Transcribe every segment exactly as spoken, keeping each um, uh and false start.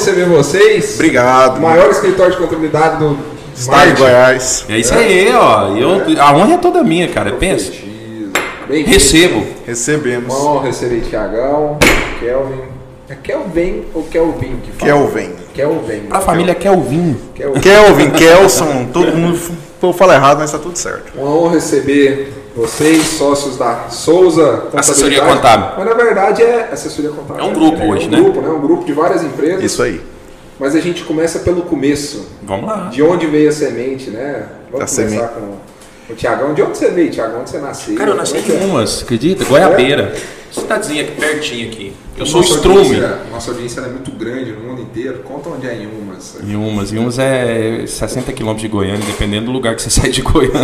receber vocês. Obrigado. O maior escritório de contabilidade do Estado de Goiás. É isso aí, ó. Eu, a honra é toda minha, cara. Pensa. Bem Recebo. Recebemos. Bom, receber Tiagão, Kelvin. É Kelvin ou Kelvin que fala? Kelvin. Kelvin. Pra família Kelvin. Kelvin. Kelvin, Kelson, todo mundo eu falo errado, mas tá tudo certo. Uma honra receber vocês, sócios da Souza Assessoria Contábil. Mas na verdade é assessoria contábil. É um grupo é, hoje, é um né? Grupo, né? Um grupo de várias empresas. Isso aí. Mas a gente começa pelo começo. Vamos lá. De onde veio a semente, né? Vamos Da começar semente. com o Tiagão. De onde você veio, Tiagão? Onde você nasceu? Cara, eu nasci Como é que em é? Umas, acredita? Goiabeira. Cidadezinha aqui, pertinho aqui. Eu sou Nossa estrume. audiência- Nossa audiência é muito grande no mundo inteiro. Conta onde é em Umas. Em Umas. Em Umas é sessenta quilômetros de Goiânia, dependendo do lugar que você sai de Goiânia.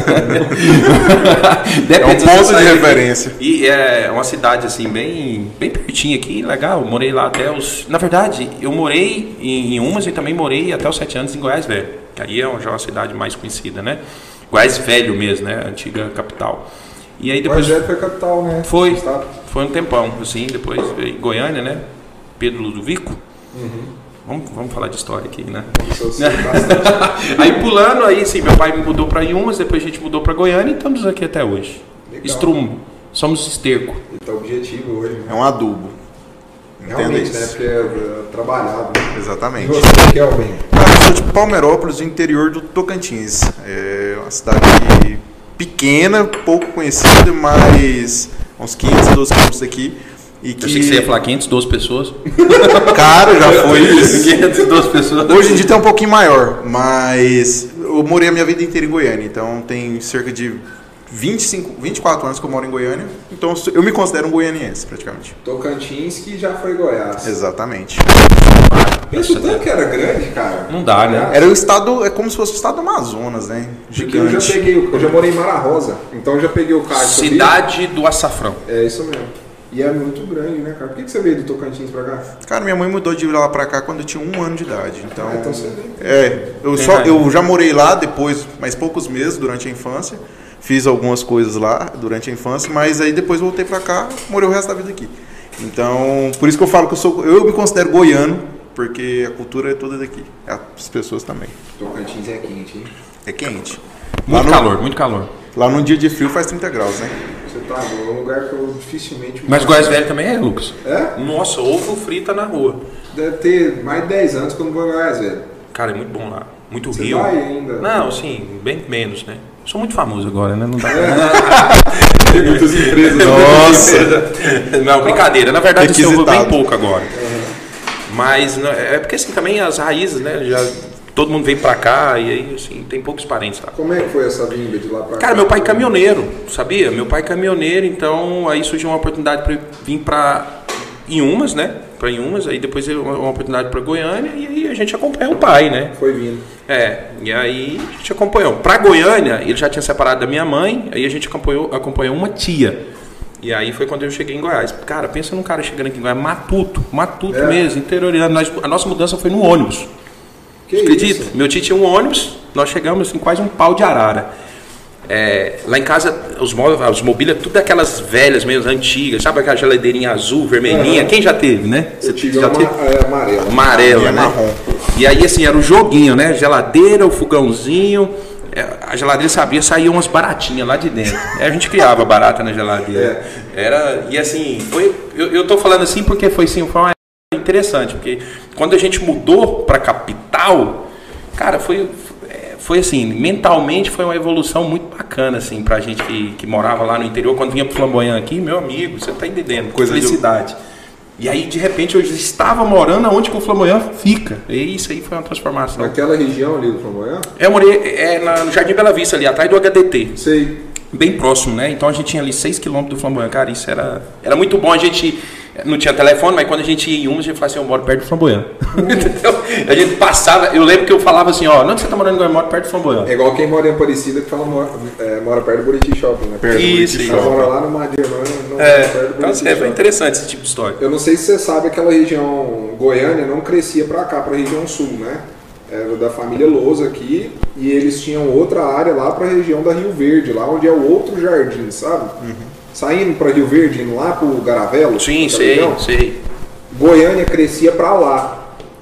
É um Depende se você ponto sai de daqui. referência. E é uma cidade assim, bem, bem pertinho aqui, legal. Eu morei lá até os. Na verdade, eu morei em, em Umas e também morei até os sete anos em Goiás Velho. Que aí é já uma cidade mais conhecida, né? Goiás Velho mesmo, né? Antiga capital. E aí depois. Depois... foi a capital, né? Foi, Do estado. foi um tempão, assim, depois veio em Goiânia, né? Pedro Ludovico. Uhum. Vamos, vamos falar de história aqui, né? Isso eu sei bastante. Aí pulando, aí sim, meu pai me mudou para Umas, depois a gente mudou para Goiânia e estamos aqui até hoje. Legal. Estrumo, somos esterco. Então, o objetivo hoje, É né? um adubo. Entenda Realmente, né? isso. Porque é, é trabalhado. E Exatamente. você, Kelvin? Cara, eu sou de Palmeirópolis, do interior do Tocantins. É uma cidade pequena, pouco conhecida, mas uns quinhentos, doze quilômetros daqui. E que, Eu achei que você ia falar quinhentas e doze pessoas. cara, já foi isso. quinhentas e doze pessoas. Hoje em dia tá um pouquinho maior, mas eu morei a minha vida inteira em Goiânia, então tem cerca de vinte e cinco, vinte e quatro anos que eu moro em Goiânia, então eu me considero um goianiense, praticamente. Tocantins, que já foi Goiás. Exatamente. Pensa o tanto que era grande, cara. Não dá, né? Era o estado, é como se fosse o estado do Amazonas, né? Porque eu já Gigante. peguei, o- eu já morei em Mara Rosa, então eu já peguei o carro. Cidade do Açafrão. É isso mesmo. E é muito grande, né, cara? Por que que você veio do Tocantins pra cá? Cara, minha mãe mudou de lá pra cá quando eu tinha um ano de idade, então... Ah, então você veio. É, eu, só, eu já morei lá depois, mais poucos meses durante a infância, fiz algumas coisas lá durante a infância, mas aí depois voltei pra cá, morei o resto da vida aqui. Então, por isso que eu falo que eu sou, eu me considero goiano, porque a cultura é toda daqui, as pessoas também. Tocantins é quente, hein? É quente. Muito Lá no- calor, muito calor. Lá num dia de frio faz trinta graus, né? Você tá num lugar que eu dificilmente... Mas Goiás Velho também é, Lucas? É? Nossa, ovo frita na rua. Deve ter mais de dez anos que eu não vou em Goiás, velho. Cara, é muito bom lá. Muito Você rio. vai ainda? Não, sim, bem menos, né? Sou muito famoso agora, né? Não dá Tem muitas empresas. Nossa! Não, brincadeira. Na verdade, assim, eu vou bem Requisitado. pouco agora. Mas não- é porque assim, também as raízes, né? Já, todo mundo veio pra cá e aí, assim, tem poucos parentes lá. Como é que foi essa vinda de lá pra cá? Cara, meu pai é caminhoneiro, sabia? Meu pai é caminhoneiro, então aí surgiu uma oportunidade para vir para Inhumas, né? Para Inhumas, aí depois eu- uma oportunidade para Goiânia e aí a gente acompanhou o pai, né? Foi vindo. É, e aí a gente acompanhou. Para Goiânia, ele já tinha separado da minha mãe, aí a gente acompanhou, acompanhou uma tia. E aí foi quando eu cheguei em Goiás. Cara, pensa num cara chegando aqui em Goiás, matuto, matuto É. mesmo, interiorando. Nós, a nossa mudança foi no ônibus. Que Acredita? isso? Meu tio tinha um ônibus, nós chegamos assim, quase um pau de arara. É, lá em casa, os móveis, as mobílias, tudo aquelas velhas mesmo, antigas, sabe aquela geladeirinha azul, vermelhinha? Uhum. Quem já teve, né? Eu tive já uma teve? é, amarela. Amarela, Minha né? marrom. E aí, assim, era o joguinho, né? Geladeira, o fogãozinho. é, A geladeira sabia, saía umas baratinhas lá de dentro. Aí a gente criava barata na geladeira. Era, e assim, foi. Eu, eu tô falando assim porque foi assim, foi uma interessante, porque quando a gente mudou para capital, cara, foi, foi assim, mentalmente foi uma evolução muito bacana, assim, pra gente que, que morava lá no interior, quando vinha pro Flamboyant aqui, meu amigo, você tá entendendo, Coisa de- felicidade. E aí, de repente, eu estava morando onde que o Flamboyant fica. E isso aí foi uma transformação. Naquela região ali do Flamboyant? Eu morei é, na- no Jardim Bela Vista, ali atrás do H D T. Sei. Bem próximo, né? Então a gente tinha ali seis quilômetros do Flamboyant. Cara, isso era, era muito bom. A gente não tinha telefone, mas quando a gente ia em Umas, a gente falava assim, eu moro perto do Flamboyant. Entendeu? A gente passava, eu lembro que eu falava assim, ó, onde você tá morando em Goiânia? Eu moro perto do Flamboyant. É igual quem mora em Aparecida que fala mora, é, mora perto do Buriti Shopping, né? Perto do Isso, Buriti isso. Ela Shopping. mora lá no Madeira, não, não É, perto do então Buriti assim, é Shopping. interessante esse tipo de história. Eu não sei se você sabe, aquela região Goiânia não crescia pra cá, pra região sul, né? Era da família Lousa aqui, e eles tinham outra área lá pra região da Rio Verde, lá onde é o outro jardim, sabe? Saindo pra Rio Verde, indo lá pro Garavelo. Sim, outra sei, região, sei. Goiânia crescia pra lá.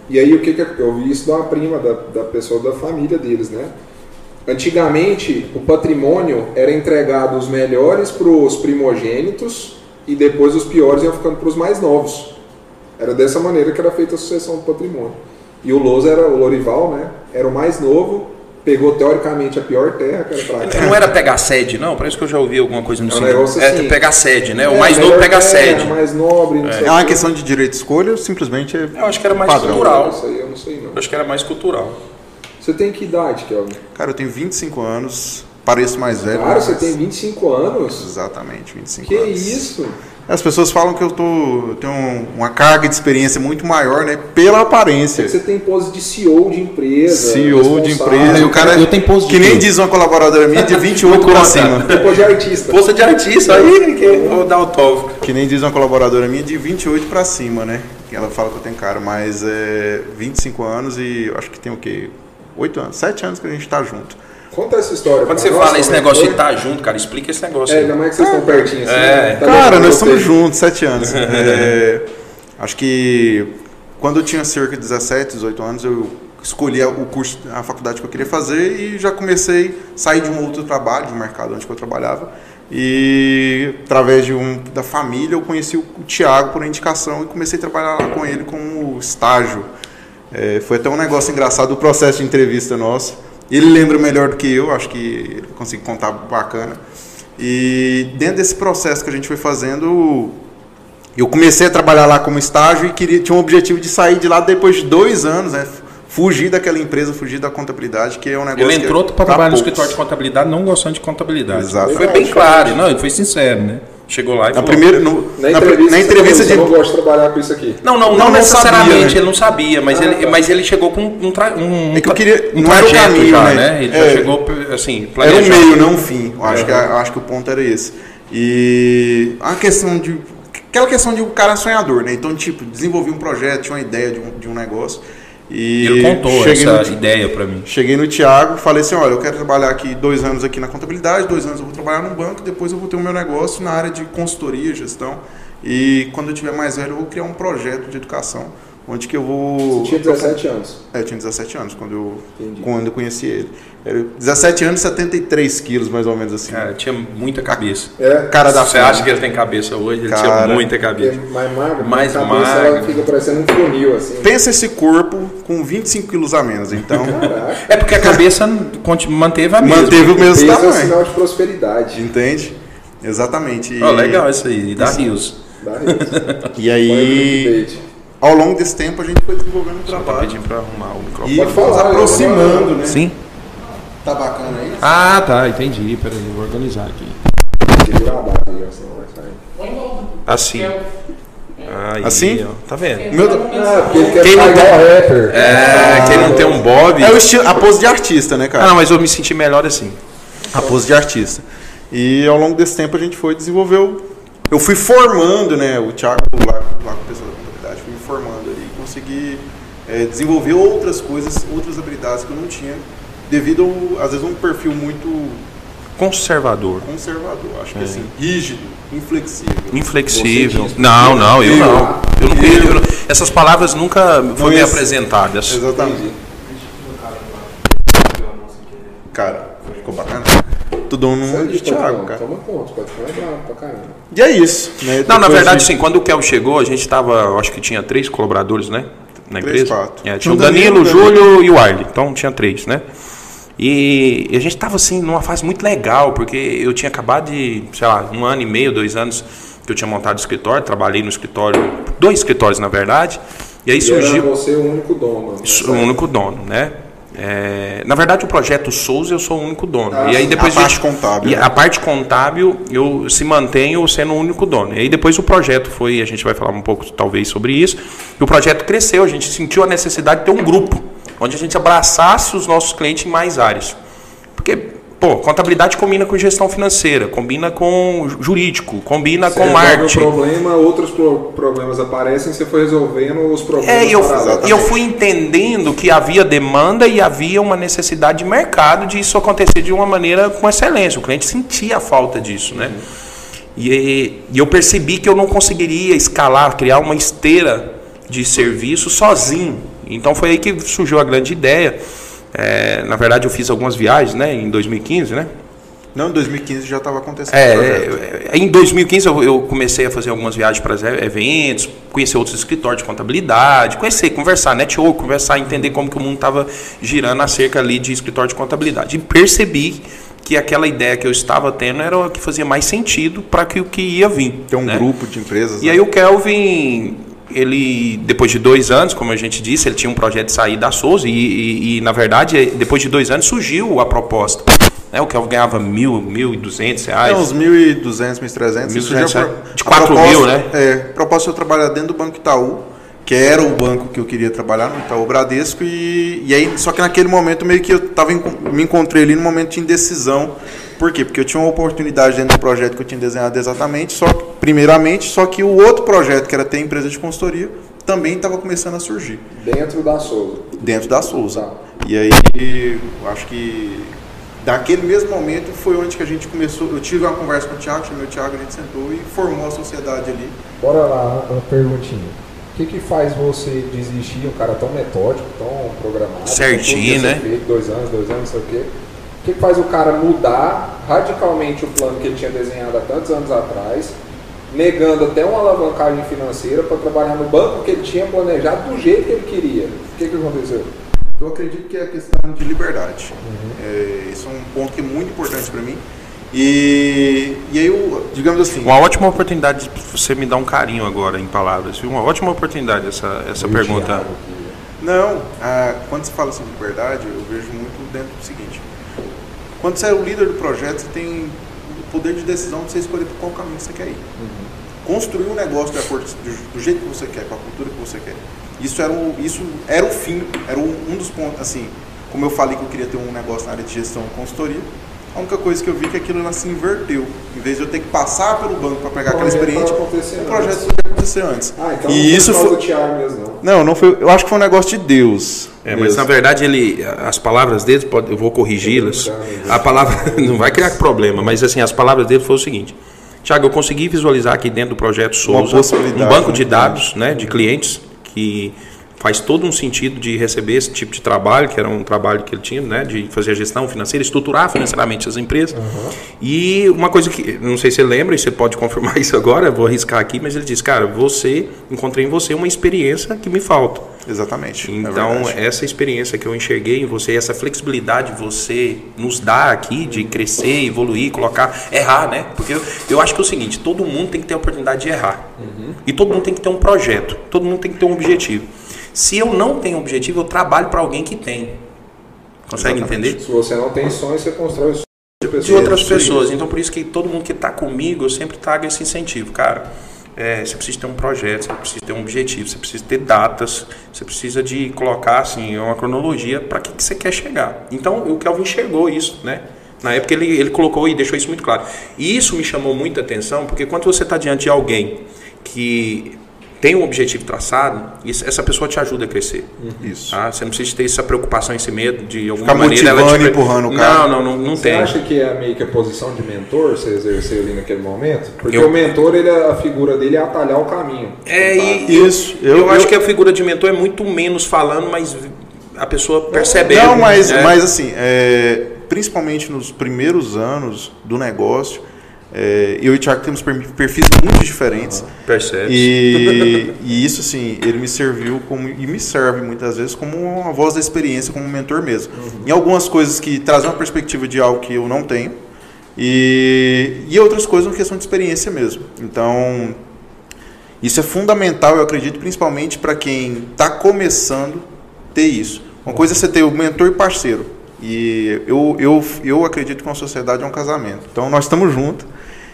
E aí o que, que eu vi isso de uma prima da, da pessoa da família deles, né? Antigamente o patrimônio era entregado os melhores para os primogênitos e depois os piores iam ficando para os mais novos. Era dessa maneira que era feita a sucessão do patrimônio. E o Lousa era o Lorival, né? Era o mais novo, pegou teoricamente a pior terra que era pra cá. Não era pegar sede, não? Parece que eu já ouvi alguma coisa no sentido. É, um assim, é pegar sede, né? É, o mais novo pega a sede. É mais nobre, não é. sei É uma que. questão de direito de escolha ou simplesmente é. Eu acho que era mais padrão. cultural. Isso aí eu não sei não. Eu acho que era mais cultural. Você tem que idade, Kelvin? Cara, eu tenho vinte e cinco anos, pareço mais velho. Cara, mas... você tem vinte e cinco anos? Exatamente, vinte e cinco que anos. Que isso? As pessoas falam que eu, tô, eu tenho uma carga de experiência muito maior, né? Pela aparência. É que você tem pose de C E O de empresa. C E O de empresa. E o cara, eu tenho pose de que nem diz uma colaboradora minha, de vinte e oito pra cima. Tem pose de artista. Pose de artista, aí que vou dar o toque. Que nem diz uma colaboradora minha, de vinte e oito pra cima, né? Que ela fala que eu tenho cara, mas é vinte e cinco anos e eu acho que tem o quê? oito anos, sete anos que a gente tá junto. Conta essa história. Quando você nós, fala esse negócio foi? de estar junto, cara, explica esse negócio É, aí. ainda mais que vocês estão pertinho assim. É. Né? Tá Cara, bem, nós gostei. estamos juntos, sete anos. É, acho que quando eu tinha cerca de dezessete, dezoito anos, eu escolhi o curso, a faculdade que eu queria fazer e já comecei a sair de um outro trabalho, de um mercado onde eu trabalhava. E através de um, da família eu conheci o, o Thiago por indicação e comecei a trabalhar lá com ele como estágio. É, foi até um negócio engraçado o processo de entrevista nosso. Ele lembra melhor do que eu, acho que ele consegue contar bacana. E dentro desse processo que a gente foi fazendo, eu comecei a trabalhar lá como estágio e queria, tinha um objetivo de sair de lá depois de dois anos, né? Fugir daquela empresa, fugir da contabilidade, que é um negócio. Ele entrou que é para trabalhar no poucos. escritório de contabilidade não gostando de contabilidade. Exato. Foi bem claro, não, ele foi sincero, né? Chegou lá e Na falou. primeira, no, Na na, entrevista, na entrevista você de. não gosta de trabalhar com isso aqui. Não, não, não, Não, não necessariamente, sabia, né? ele não sabia, mas, Ah, ele, tá. mas ele chegou com um, tra, um, É que eu queria- um não era o trajeto caminho, já, né? né? Ele É. já chegou assim, Era um planejado. meio, não um fim. Eu acho, que, eu acho que o ponto era esse. E a questão de. Aquela questão de um cara sonhador, né? Então, tipo, desenvolvi um projeto, tinha uma ideia de um, de um negócio. E Ele contou cheguei essa no, ideia para mim. Cheguei no Thiago, falei assim, olha, eu quero trabalhar aqui dois anos aqui na contabilidade, dois anos eu vou trabalhar no banco, depois eu vou ter o meu negócio na área de consultoria, gestão. E quando eu tiver mais velho, eu vou criar um projeto de educação, onde que eu vou... Você tinha dezessete anos. É, eu tinha dezessete anos quando eu, Entendi. quando eu conheci ele. Era dezessete anos, setenta e três quilos, mais ou menos assim. Cara, tinha muita cabeça. É, Cara da Você fome. acha que ele tem cabeça hoje? Ele Cara, tinha muita é cabeça. mais magro. Mais a cabeça magro. ela fica parecendo um funil, assim. Pensa esse corpo com vinte e cinco quilos a menos, então... Caraca. É porque a cabeça conti- manteve a mesma. Manteve o mesmo Peso é tamanho. sinal de prosperidade. Entende? Exatamente. E, Oh, legal isso aí, e dá rios. Dá isso. e aí, ao longo desse tempo, a gente foi desenvolvendo um Só tá trabalho. pedindo pra arrumar o E microfone. Pode fomos falar, aproximando, né? Sim? Tá bacana aí? Ah, tá, entendi. Peraí, vou organizar aqui. Segura a base aí, ó, senão vai sair. Assim. Aí, Assim? ó, tá vendo? Meu, Ah, porque ele quer Quem não ficar igual rapper. É, quem não tem um bob. é o estilo, a pose de artista, né, Ah, cara? não, mas eu me senti melhor assim. A pose de artista. E ao longo desse tempo a gente foi desenvolveu. Eu fui formando, né, o Thiago lá, lá com o pessoal da contabilidade, fui me formando ali e consegui é, desenvolver outras coisas, outras habilidades que eu não tinha, devido, ao, às vezes, a um perfil muito Conservador. conservador, acho que assim, rígido, inflexível. Inflexível. Você diz. Não, não, eu Eu. não. Eu não conheço. eu não- Essas palavras nunca foram me esse- apresentadas. Exatamente. Cara, ficou bacana. Tu dou Isso um aí, de pode Thiago, tomar- cara. Toma conta, pode ficar bravo pra caramba. E é isso, né? Não, na Depois verdade, de- sim. Quando o Kel chegou, a gente tava, acho que tinha três colaboradores, né? Na Três, empresa. quatro. É, Tinha tinha o o Danilo, Danilo, o Danilo. Júlio e o Arley. Então tinha três, né? E a gente tava assim numa fase muito legal, porque eu tinha acabado de, sei lá, um ano e meio, dois anos que eu tinha montado o escritório, trabalhei no escritório, dois escritórios na verdade. E aí E surgiu era você o único dono. Sou o único dono, né? É, na verdade, o projeto Souza eu sou o único dono. Ah, e aí depois a parte contábil, e né? a parte contábil eu se mantenho sendo o único dono. E aí depois o projeto foi, a gente vai falar um pouco talvez sobre isso. E o projeto cresceu, a gente sentiu a necessidade de ter um grupo onde a gente abraçasse os nossos clientes em mais áreas. Porque, pô, contabilidade combina com gestão financeira, combina com jurídico, combina Você com resolve marketing. o problema, outros pro- problemas aparecem, você foi resolvendo os problemas. É, e eu, paralelos. e eu fui entendendo que havia demanda e havia uma necessidade de mercado de isso acontecer de uma maneira com excelência. O cliente sentia a falta disso, né? E, e eu percebi que eu não conseguiria escalar, criar uma esteira de serviço sozinho Então foi aí que surgiu a grande ideia. É, na verdade eu fiz algumas viagens, né, em dois mil e quinze, né? Não, em dois mil e quinze já estava acontecendo. É, em dois mil e quinze eu, eu comecei a fazer algumas viagens para eventos, conhecer outros escritórios de contabilidade, conhecer, conversar, network, conversar, entender como que o mundo estava girando acerca ali de escritório de contabilidade. E percebi que aquela ideia que eu estava tendo era o que fazia mais sentido para que o que ia vir. Tem um né? grupo de empresas. E né? aí o Kelvin, ele, depois de dois anos, como a gente disse, ele tinha um projeto de sair da Souza e, e, e na verdade, depois de dois anos surgiu a proposta. Né? O Kelvin ganhava mil, mil e duzentos reais. É, uns mil e duzentos, mil e trezentos. Isso já foi, de quatro mil, né? É, a proposta eu trabalhar dentro do Banco Itaú, que era o banco que eu queria trabalhar, no Itaú Bradesco, e, e aí, só que naquele momento meio que eu tava, me encontrei ali num momento de indecisão. Por quê? Porque eu tinha uma oportunidade dentro do projeto que eu tinha desenhado exatamente, só que, primeiramente, só que o outro projeto, que era ter empresa de consultoria, também estava começando a surgir. Dentro da Souza. Dentro da Souza. Tá. E aí, eu acho que daquele mesmo momento foi onde que a gente começou, eu tive uma conversa com o Thiago, chamei o Thiago, a gente sentou e formou a sociedade ali. Bora lá, uma perguntinha. O que que faz você desistir, um cara tão metódico, tão programado? Certinho, né? Feito, dois anos, dois anos, não sei o quê. O que que faz o cara mudar radicalmente o plano que ele tinha desenhado há tantos anos atrás, negando até uma alavancagem financeira para trabalhar no banco que ele tinha planejado do jeito que ele queria? O que que aconteceu? Eu acredito que é a questão de liberdade. Uhum. É, isso é um ponto que é muito importante para mim. E, e aí, eu, digamos assim... Uma ótima oportunidade de você me dar um carinho agora em palavras. Viu? Uma ótima oportunidade essa, essa pergunta. Não, a, quando se fala sobre liberdade, eu vejo muito dentro do seguinte. Quando você é o líder do projeto, você tem o poder de decisão de você escolher por qual caminho você quer ir. Uhum. Construir um negócio de acordo do, do jeito que você quer, com a cultura que você quer. Isso era o, isso era o fim, era um, um dos pontos, assim, como eu falei que eu queria ter um negócio na área de gestão e consultoria, a única coisa que eu vi é que aquilo ela se inverteu. Em vez de eu ter que passar pelo banco para pegar aquela experiência, o projeto ia acontecer antes. Ah, então e não isso foi foi do Thiago mesmo, não? Não, não foi, eu acho que foi um negócio de Deus. É, mas na verdade ele, as palavras dele, pode, eu vou corrigi-las. A palavra não vai criar problema, mas assim as palavras dele foi o seguinte: Thiago, eu consegui visualizar aqui dentro do projeto Souza um banco de dados, né, de clientes que faz todo um sentido de receber esse tipo de trabalho, que era um trabalho que ele tinha, né, de fazer a gestão financeira, estruturar financeiramente as empresas. Uhum. E uma coisa que, não sei se você lembra, e você pode confirmar isso agora, eu vou arriscar aqui, mas ele disse, cara, você, encontrei em você uma experiência que me falta. Exatamente. Então, é essa experiência que eu enxerguei em você, essa flexibilidade você nos dá aqui de crescer, evoluir, colocar, errar, né? Porque eu, eu acho que é o seguinte, todo mundo tem que ter a oportunidade de errar. Uhum. E todo mundo tem que ter um projeto, todo mundo tem que ter um objetivo. Se eu não tenho objetivo, eu trabalho para alguém que tem. Consegue Exatamente. Entender? Se você não tem sonho, você constrói sonhos de pessoas. De outras pessoas. Então, por isso que todo mundo que está comigo, eu sempre trago esse incentivo. Cara, é, você precisa ter um projeto, você precisa ter um objetivo, você precisa ter datas, você precisa de colocar assim, uma cronologia para que, que você quer chegar. Então, o Kelvin enxergou isso, né? Na época ele, ele colocou e deixou isso muito claro. E isso me chamou muita atenção, porque quando você está diante de alguém que tem um objetivo traçado, isso, essa pessoa te ajuda a crescer. Isso. Tá? Você não precisa ter essa preocupação, esse medo de alguma Ficar maneira. Motivando, ela te... empurrando o cara. Não, não, não, não você tem. Você acha que é meio que a posição de mentor você exerceu ali naquele momento? Porque eu... o mentor, ele, a figura dele é atalhar o caminho. É, e isso. Eu, eu, eu acho que a figura de mentor é muito menos falando, mas a pessoa percebe. Não, mas, é. mas assim, é, principalmente nos primeiros anos do negócio, É, eu e o Thiago temos perfis muito diferentes. Uhum. Percebe. E, e isso, assim, ele me serviu como, e me serve muitas vezes como uma voz da experiência, como um mentor mesmo. Uhum. Em algumas coisas que trazem uma perspectiva de algo que eu não tenho, e, e outras coisas uma questão de experiência mesmo. Então, isso é fundamental, eu acredito, principalmente para quem está começando ter isso. Uma coisa é você ter o mentor e parceiro. E eu, eu, eu acredito que uma sociedade é um casamento. Então, nós estamos juntos.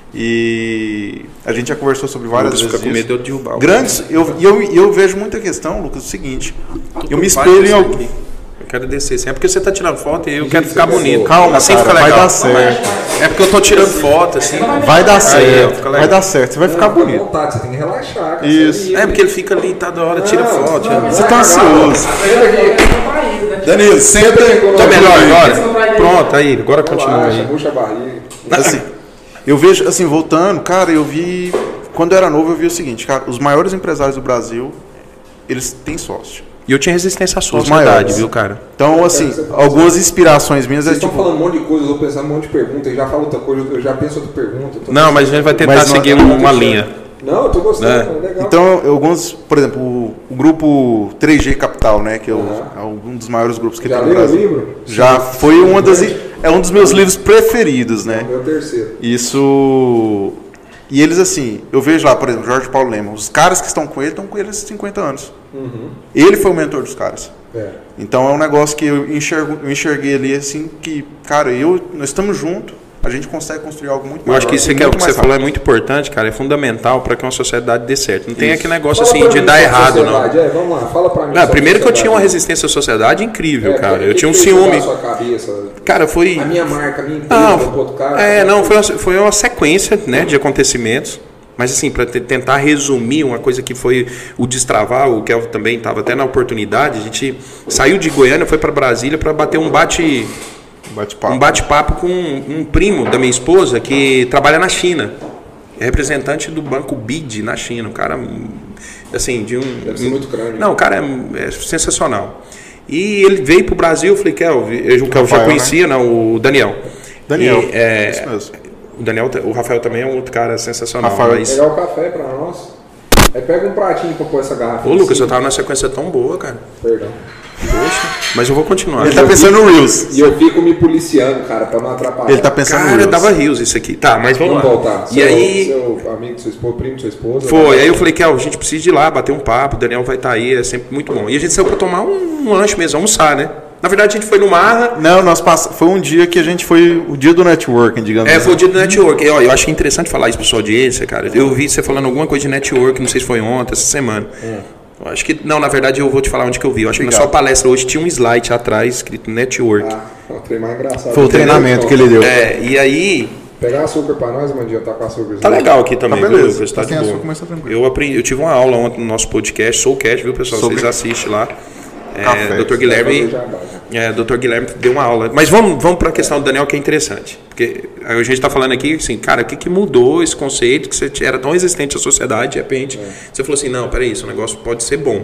E a gente já conversou sobre várias vezes. Fica com medo de eu derrubar. Grandes, eu, eu, eu vejo muita questão, Lucas, o seguinte. Eu me espelho em alguém. Eu quero descer. É porque você está tirando foto e eu quero ficar bonito. Calma, assim cara, fica legal. Vai dar certo. É porque eu estou tirando foto, assim. Vai dar certo. Aí, vai dar certo. Você vai ficar bonito. Vontade, você tem que relaxar. Cara. Isso. É porque ele fica ali, tá da hora, tira não, foto. Não, você está ansioso. Danilo, senta aí. Tá melhor agora? Pronto, aí. Agora continua aí. Puxa a barriga. Assim, eu vejo, assim, voltando, cara, eu vi... Quando eu era novo, eu vi o seguinte, cara, os maiores empresários do Brasil, eles têm sócio. E eu tinha resistência à Os sociedade, maiores. viu, cara? Então, assim, algumas inspirações minhas Vocês é estão tipo... falando um monte de coisa, eu vou pensar um monte de perguntas, e já falo outra coisa, eu já penso outra pergunta. eu tô Não, mas a gente vai tentar Mas não- seguir Não, uma não, linha. Não, eu tô gostando, É. é legal. Então, alguns, por exemplo, o, o grupo três G Capital, né, que é, o- Uhum. é um dos maiores grupos que Já tem no leu o Brasil. livro? Já foi uma das, é um dos meus livros preferidos, né? Meu terceiro. Isso. E eles, assim, eu vejo lá, por exemplo, Jorge Paulo Lema, os caras que estão com ele estão com ele há cinquenta anos. Uhum. Ele foi o mentor dos caras. É. Então é um negócio que eu, enxergo, eu enxerguei ali, assim, que, cara, eu, nós estamos juntos, a gente consegue construir algo muito Eu maior. acho que isso e que é o muito que você mais falou é rápido. muito importante, cara. É fundamental para que uma sociedade dê certo. Não tem Isso. aquele negócio Fala assim pra de mim dar sobre errado, não. sociedade, É, vamos lá, fala pra mim. Não, sobre primeiro que eu tinha uma sociedade. resistência à sociedade incrível, É, cara. que- Eu que tinha um fez mudar ciúme. a sua cabeça? Cara, foi. A minha marca, a minha empresa, Não, o outro cara. é, não, foi uma, foi uma sequência, né, de acontecimentos. Mas assim, para tentar resumir uma coisa que foi o destravar, o Kelvin também estava até na oportunidade, a gente saiu de Goiânia, foi para Brasília para bater um bate Bate-papo. um bate-papo com um primo da minha esposa que trabalha na China. É representante do banco B I D na China, um cara assim, de um Deve ser muito grande. Não, o cara é, é sensacional. E ele veio pro Brasil, eu falei, Kelvin, eu, o Kelvin já Rafael, conhecia, não, o Daniel. Daniel, E, é, isso mesmo. O Daniel, o Rafael também é um outro cara sensacional. Rafael, Mas... Pegar o café pra nós. Aí pega um pratinho pra pôr essa garrafa. Ô, em Lucas, cima. eu tava numa sequência tão boa, cara. Perdão. Poxa, mas eu vou continuar. Ele tá pensando no Reels. E eu fico me policiando, cara, pra não atrapalhar. Ele tá pensando no Cara, Reels. dava rios isso aqui. Tá, mas vamos, Vamos lá. voltar. E Seu- aí, Seu amigo de sua esposa, primo de sua esposa. foi. né? Aí eu falei, Kel, a gente precisa ir lá, bater um papo. O Daniel vai estar aí, é sempre muito bom. E a gente saiu pra tomar um, um lanche mesmo, almoçar, né? Na verdade, a gente foi no Marra. Não, nós pass... foi um dia que a gente foi, o dia do networking, digamos É, assim. foi o dia do network. Eu, eu achei interessante falar isso para sua audiência, cara. Eu vi você falando alguma coisa de network, não sei se foi ontem, essa semana. Eu acho que, não, na verdade eu vou te falar onde que eu vi. Eu acho que na Obrigado. sua palestra hoje tinha um slide atrás escrito network. Ah, é o trem mais engraçado. Foi o treinamento que ele deu. É, e aí, Pegar açúcar pra nós, Mandinha, tá com açúcar. tá legal aqui também, Tá viu, beleza. Lucas? Tá Tá de sem boa. açúcar, mas tá tranquilo. Eu aprendi, eu tive uma aula ontem no nosso podcast, Soulcast, viu, pessoal? Sobre- Vocês assistem lá. É, Café. doutor Guilherme, é, doutor Guilherme deu uma aula. Mas vamos, vamos para a questão do Daniel, que é interessante. Porque a gente está falando aqui, assim, cara, o que, que mudou esse conceito que você era tão resistente à sociedade, de repente, você falou assim, não, peraí, esse negócio pode ser bom.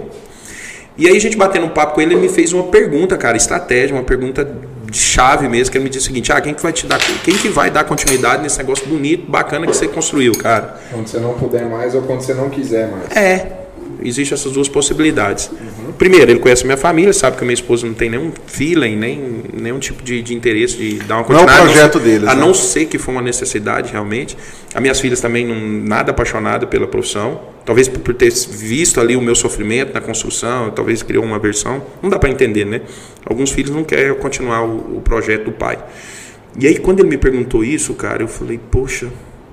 E aí a gente batendo um papo com ele, ele me fez uma pergunta, cara, estratégia, uma pergunta de chave mesmo, que ele me disse o seguinte, ah, quem que vai te dar, quem que vai dar continuidade nesse negócio bonito, bacana que você construiu, cara? Quando você não puder mais ou quando você não quiser mais. É, existem essas duas possibilidades. Primeiro, ele conhece a minha família, sabe que a minha esposa não tem nenhum feeling, nem nenhum tipo de, de interesse de dar uma Não é o continuidade. projeto a não ser, deles, A né? não ser que for uma necessidade, realmente. As minhas filhas também não nada apaixonadas pela profissão. Talvez por, por ter visto ali o meu sofrimento na construção, talvez criou uma aversão. Não dá para entender, né? Alguns filhos não querem continuar o, o projeto do pai. E aí, quando ele me perguntou isso, cara, eu falei, poxa...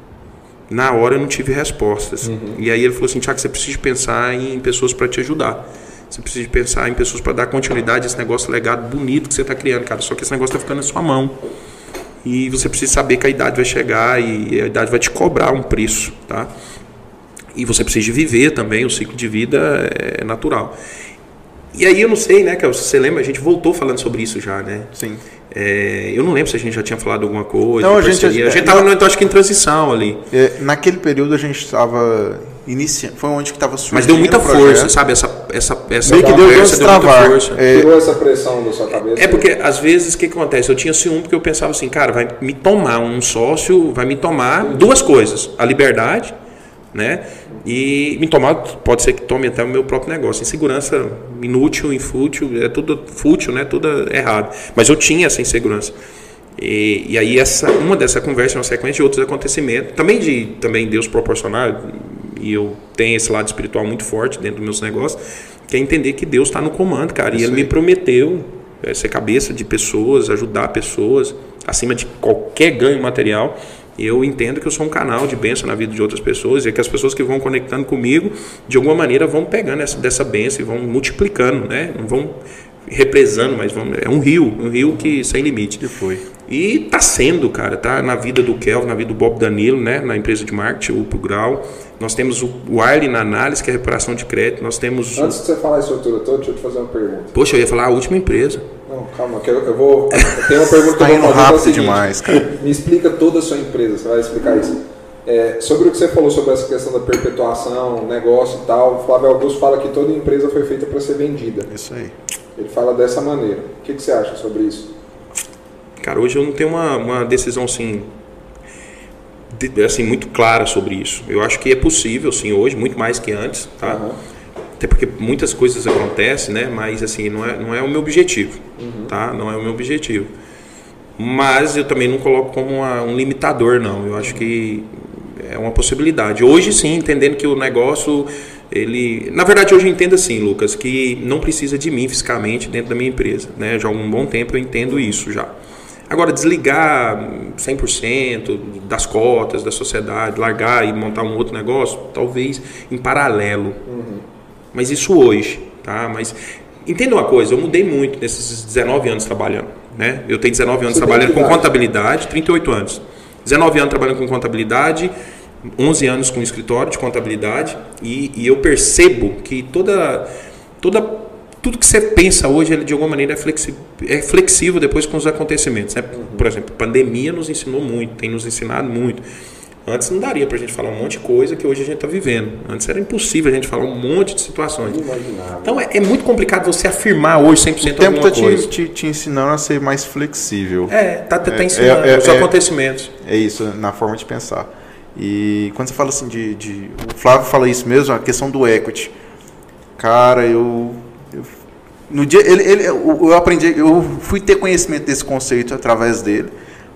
Na hora eu não tive respostas. Uhum. E aí ele falou assim, Thiago, você precisa pensar em pessoas para te ajudar. Você precisa pensar em pessoas para dar continuidade a esse negócio legado bonito que você está criando, cara. Só que esse negócio está ficando na sua mão. E você precisa saber que a idade vai chegar e a idade vai te cobrar um preço, tá? E você precisa viver também, o ciclo de vida é natural. E aí eu não sei, né, que você lembra, a gente voltou falando sobre isso já, né? Sim. É, eu não lembro se a gente já tinha falado alguma coisa. Não, a gente- a gente estava, então, acho que em transição ali. É, naquele período a gente estava iniciando, foi onde que estava surgindo. Mas deu muita o projeto. força, sabe? Essa, essa, essa Meio que deu, deu um conversa deu muita destravar. força. É, Tirou essa pressão da sua cabeça. É porque, às vezes, o que, que acontece? Eu tinha ciúme porque eu pensava assim, cara, vai me tomar um sócio, vai me tomar duas coisas. A liberdade, né? E me tomar, pode ser que tome até o meu próprio negócio. Insegurança inútil, infútil, é tudo fútil, né? Tudo errado. Mas eu tinha essa insegurança. E, e aí, essa, uma dessa conversa é uma sequência de outros acontecimentos. Também de também Deus proporcionar, e eu tenho esse lado espiritual muito forte dentro dos meus negócios, que é entender que Deus está no comando, cara. E Ele me prometeu é, ser cabeça de pessoas, ajudar pessoas, acima de qualquer ganho material. Eu entendo que eu sou um canal de bênção na vida de outras pessoas e que as pessoas que vão conectando comigo, de alguma maneira, vão pegando essa, dessa bênção e vão multiplicando, né? Não vão represando, mas vão, é um rio, um rio que sem limite. Que foi. E tá sendo, cara, tá na vida do Kelvin, na vida do Bob Danilo, né? Na empresa de marketing, o Grau. Nós temos o Wiley na análise, que é a recuperação de crédito. Nós temos... Antes de você falar a estrutura toda, deixa eu te fazer uma pergunta. Poxa, eu ia falar a última empresa. Não, calma, que eu, eu vou. Eu tenho uma pergunta que Tá eu indo vou fazer. rápido é o seguinte, demais, cara. Me explica toda a sua empresa, você vai explicar isso. É, sobre o que você falou sobre essa questão da perpetuação, negócio e tal, o Flávio Augusto fala que toda empresa foi feita para ser vendida. Isso aí. Ele fala dessa maneira. O que, que você acha sobre isso? Cara, hoje eu não tenho uma, uma decisão assim, de, assim, muito clara sobre isso. Eu acho que é possível, sim, hoje, muito mais que antes, tá? Uhum. Até porque muitas coisas acontecem, né? Mas assim, não é, não é o meu objetivo, uhum. tá? Não é o meu objetivo. Mas eu também não coloco como uma, um limitador, não. Eu acho que é uma possibilidade. Hoje sim, entendendo que o negócio, ele... Na verdade, hoje eu entendo assim, Lucas, que não precisa de mim fisicamente dentro da minha empresa, né? Já há um bom tempo eu entendo isso já. Agora, desligar cem por cento das cotas da sociedade, largar e montar um outro negócio, talvez em paralelo. Uhum. Mas isso hoje, tá? Mas entenda uma coisa, eu mudei muito nesses dezenove anos trabalhando, né? Eu tenho dezenove anos Você trabalhando com contabilidade, trinta e oito anos. dezenove anos trabalhando com contabilidade, onze anos com escritório de contabilidade e, e eu percebo que toda, toda, tudo que você pensa hoje, ele de alguma maneira é flexível, é flexível depois com os acontecimentos, né? Uhum. Por exemplo, a pandemia nos ensinou muito, tem nos ensinado muito. Antes não daria pra gente falar um monte de coisa que hoje a gente está vivendo. Antes era impossível a gente falar um monte de situações. Então é, é muito complicado você afirmar hoje cem por cento alguma coisa. O tempo está te, te, te ensinando a ser mais flexível. É, tá, tá é, ensinando é, é, os é, acontecimentos. É isso, na forma de pensar. E quando você fala assim de, de... O Flávio fala isso mesmo, a questão do equity. Cara, eu... eu no dia, ele, ele, eu, eu aprendi, eu fui ter conhecimento desse conceito através dele.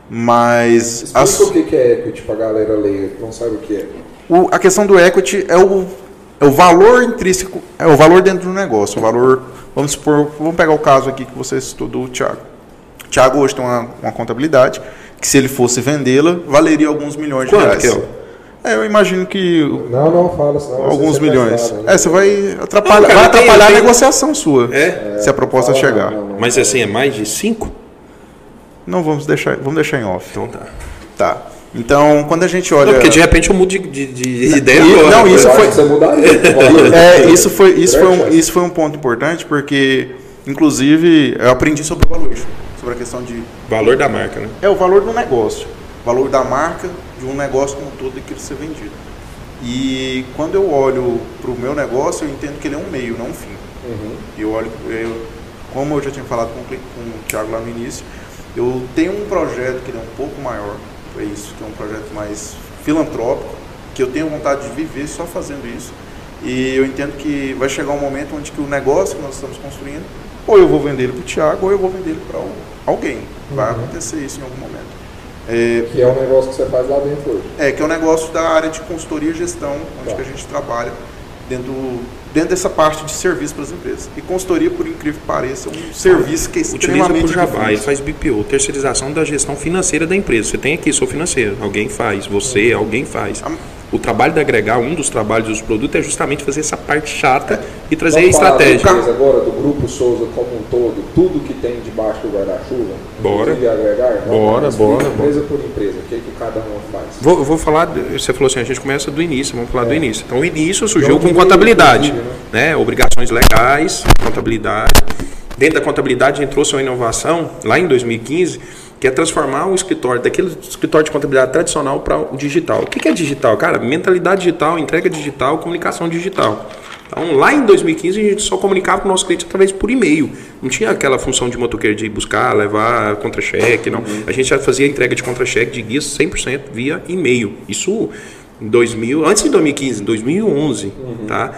Mas... Explica as... o que é equity para a galera leiga que não sabe o que é. O, a questão do equity é o, é o valor intrínseco, é o valor dentro do negócio. O valor, vamos supor, vamos pegar o caso aqui que você citou do Thiago. O Thiago hoje tem uma, uma contabilidade que se ele fosse vendê-la, valeria alguns milhões de Quanto reais. Que é? É, eu imagino que... Não, não fala, senão alguns milhões. Claro, é, você vai atrapalhar, não, cara, vai atrapalhar tenho, a negociação sua, é? se a proposta fala, chegar. Não, não, Mas assim, é mais de cinco? Não, vamos deixar, vamos deixar em off. Então tá. Tá. Então, quando a gente olha... Não, porque de repente eu mudo de, de, de ideia e, agora. Não, isso eu foi... Você mudaria, é, isso foi, isso, foi um, isso foi um ponto importante, porque, inclusive, eu aprendi sobre o valuation, sobre a questão de... Valor da marca, né? É, o valor do negócio. O valor da marca, de um negócio como todo e aquilo ser vendido. E quando eu olho para o meu negócio, eu entendo que ele é um meio, não um fim. Uhum. Eu olho... Eu, como eu já tinha falado com, com o Thiago lá no início, eu tenho um projeto que é um pouco maior, é isso, que é um projeto mais filantrópico, que eu tenho vontade de viver só fazendo isso. E eu entendo que vai chegar um momento onde que o negócio que nós estamos construindo, ou eu vou vender ele para o Thiago, ou eu vou vender ele para alguém. Vai uhum. acontecer isso em algum momento. É, que é o negócio que você faz lá dentro hoje. É, que é o negócio da área de consultoria e gestão, onde tá. que a gente trabalha dentro, dentro dessa parte de serviço para as empresas. E consultoria, por incrível que pareça, é um serviço que é extremamente Utiliza por Java, ele faz B P O, terceirização da gestão financeira da empresa. Você tem aqui, sou financeiro, alguém faz, você, uhum. alguém faz. A... O trabalho de agregar, um dos trabalhos dos produtos é justamente fazer essa parte chata é. e trazer Vamos a estratégia. Vamos falar agora do Grupo Souza como um todo, tudo que tem debaixo do guarda-chuva? Bora. Agregar? Bora, bora. Empresa por empresa, o que, que cada uma faz? Vou, vou falar, você falou assim, a gente começa do início, vamos falar é. do início. Então o início surgiu com contabilidade, né? né? Obrigações legais, contabilidade. Dentro da contabilidade entrou-se uma inovação, lá em dois mil e quinze, que é transformar o escritório, daquele escritório de contabilidade tradicional para o digital. O que é digital? Cara, mentalidade digital, entrega digital, comunicação digital. Então, lá em dois mil e quinze, a gente só comunicava com o nosso cliente através por e-mail. Não tinha aquela função de motoqueiro de buscar, levar contra-cheque, não. A gente já fazia entrega de contra-cheque de guias cem por cento via e-mail. Isso em dois mil, antes de dois mil e quinze, em dois mil e onze, uhum. tá?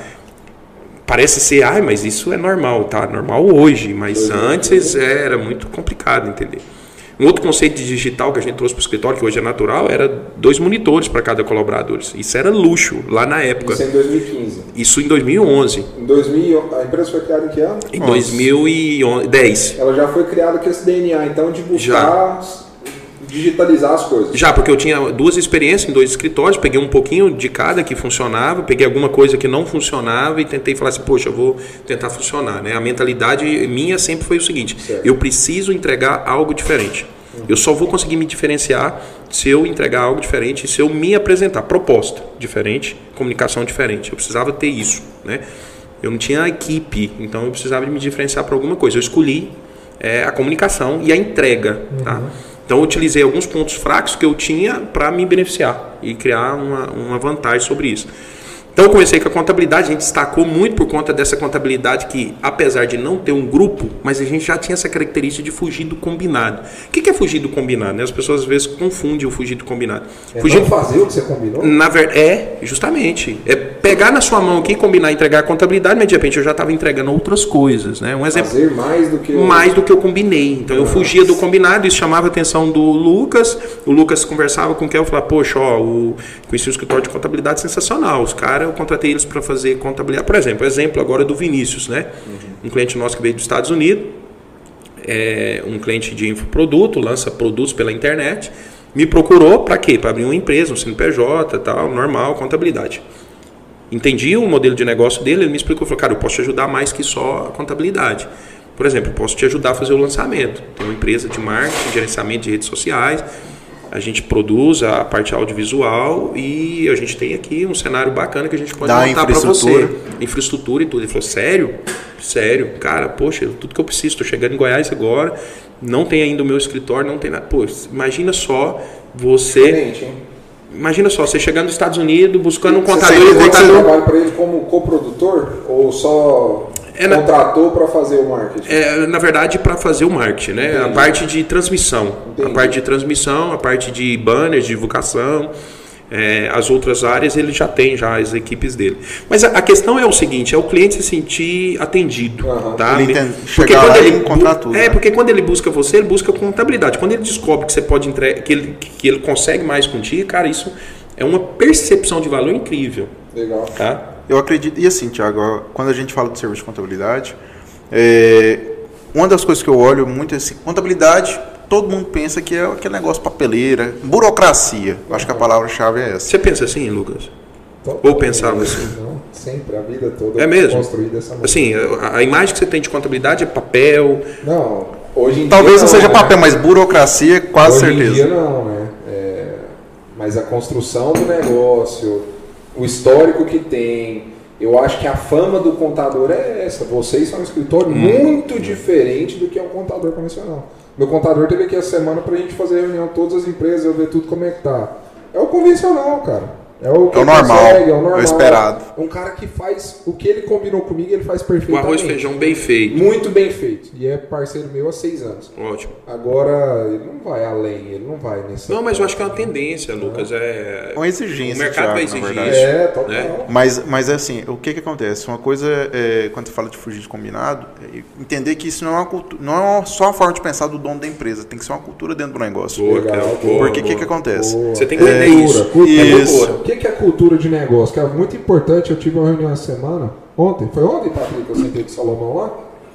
Parece ser, ah, mas isso é normal, tá? Normal hoje, mas antes era muito complicado entender. Um outro conceito de digital que a gente trouxe para o escritório, que hoje é natural, era dois monitores para cada colaborador. Isso era luxo lá na época. Isso em dois mil e quinze. Isso em dois mil e onze. Em dois mil, a empresa foi criada em que ano? Em Nossa. dois mil e dez. Ela já foi criada com esse D N A, então, de buscar já. digitalizar as coisas. Já, porque eu tinha duas experiências em dois escritórios, peguei um pouquinho de cada que funcionava, peguei alguma coisa que não funcionava e tentei falar assim, poxa, eu vou tentar funcionar. Né? A mentalidade minha sempre foi o seguinte, certo. eu preciso entregar algo diferente. Uhum. Eu só vou conseguir me diferenciar se eu entregar algo diferente, se eu me apresentar. Proposta diferente, comunicação diferente. Eu precisava ter isso. Né? Eu não tinha equipe, então eu precisava de me diferenciar para alguma coisa. Eu escolhi é, a comunicação e a entrega. Uhum. Tá? Então eu utilizei alguns pontos fracos que eu tinha para me beneficiar e criar uma, uma vantagem sobre isso. Então eu comecei com a contabilidade, a gente destacou muito por conta dessa contabilidade que, apesar de não ter um grupo, mas a gente já tinha essa característica de fugir do combinado. O que é fugir do combinado? Né? As pessoas às vezes confundem o fugir do combinado. É fugir não fazer o que você combinou? Na verdade, é, justamente. É pegar na sua mão aqui, combinar, entregar a contabilidade, mas de repente eu já estava entregando outras coisas. Né? Um exemplo, fazer mais do que eu... mais do que eu combinei. Então eu fugia do combinado, isso chamava a atenção do Lucas. O Lucas conversava com quem eu falava, poxa, ó, o, conheci o escritório de contabilidade sensacional. Os caras, eu contratei eles para fazer contabilidade. Por exemplo, exemplo agora do Vinícius, né? Uhum. Um cliente nosso que veio dos Estados Unidos, é um cliente de infoproduto, lança produtos pela internet, me procurou para quê? Para abrir uma empresa, um C N P J, tal, normal, contabilidade. Entendi o modelo de negócio dele, ele me explicou, falou, cara, eu posso te ajudar mais que só a contabilidade. Por exemplo, eu posso te ajudar a fazer o lançamento. Tem uma empresa de marketing, gerenciamento de redes sociais, a gente produz a parte audiovisual e a gente tem aqui um cenário bacana que a gente pode Dá montar para você. Infraestrutura e tudo. Ele falou, sério? Sério? Cara, poxa, tudo que eu preciso, estou chegando em Goiás agora, não tem ainda o meu escritório, não tem nada. Pô, imagina só você... Diferente, hein? Imagina só, você chegando nos Estados Unidos, buscando um contador e o Você contador... trabalha para ele como coprodutor ou só É na- contratou para fazer o marketing? É, na verdade, para fazer o marketing, né? Entendi. A parte de transmissão. Entendi. A parte de transmissão, a parte de banners, de divulgação, é, as outras áreas ele já tem, já as equipes dele. Mas a, a questão é o seguinte, é o cliente se sentir atendido. Aham. Tá? Ele entende- Porque chegar quando lá e ele encontrar bu- tudo, É, né? porque quando ele busca você, ele busca contabilidade. Quando ele descobre que você pode entregar, que ele, que ele consegue mais contigo, cara, isso é uma percepção de valor incrível. Legal. Tá? Eu acredito, e assim, Thiago, quando a gente fala de serviço de contabilidade, é, uma das coisas que eu olho muito é assim, contabilidade, todo mundo pensa que é aquele negócio papeleira, burocracia. Eu acho que a palavra-chave é essa. Você pensa assim, Lucas? Totalmente. Ou pensava assim? Não, sempre, a vida toda É mesmo? construída dessa maneira. Assim, a, a imagem que você tem de contabilidade é papel. Não, hoje em Talvez dia não seja né? papel, mas burocracia, quase Hoje certeza. em dia não, né? É, mas a construção do negócio, o histórico que tem, eu acho que a fama do contador é essa. Vocês são um escritório Hum. muito diferente do que é um contador convencional. Meu contador teve aqui essa semana pra gente fazer reunião com todas as empresas, eu ver tudo como é que tá. É o convencional, cara. É o, que É o normal, consegue, é o normal. é o esperado. É um cara que faz o que ele combinou comigo, ele faz O perfeitamente. arroz e feijão bem feito. Muito bem feito. E é parceiro meu há seis anos. Ótimo. Agora, ele não vai além, ele não vai nesse. Não, mas eu acho que é uma tendência, Lucas. É... É uma exigência, O mercado vai Thiago, na exigir verdade. isso. É, total. né? Mas, mas é assim, o que que acontece? Uma coisa é, quando você fala de fugir de combinado, é entender que isso não é, uma cultura, não é só a forma de pensar do dono da empresa, tem que ser uma cultura dentro do negócio. Boa, Legal, cara, boa, boa, Porque o que boa. que acontece? Boa. Você tem que É, entender cultura, isso. cultura. Isso. O que que é cultura de negócio? Que é muito importante. Eu tive uma reunião essa semana, ontem. Foi ontem, Patrick, que eu sentei com o Salomão lá?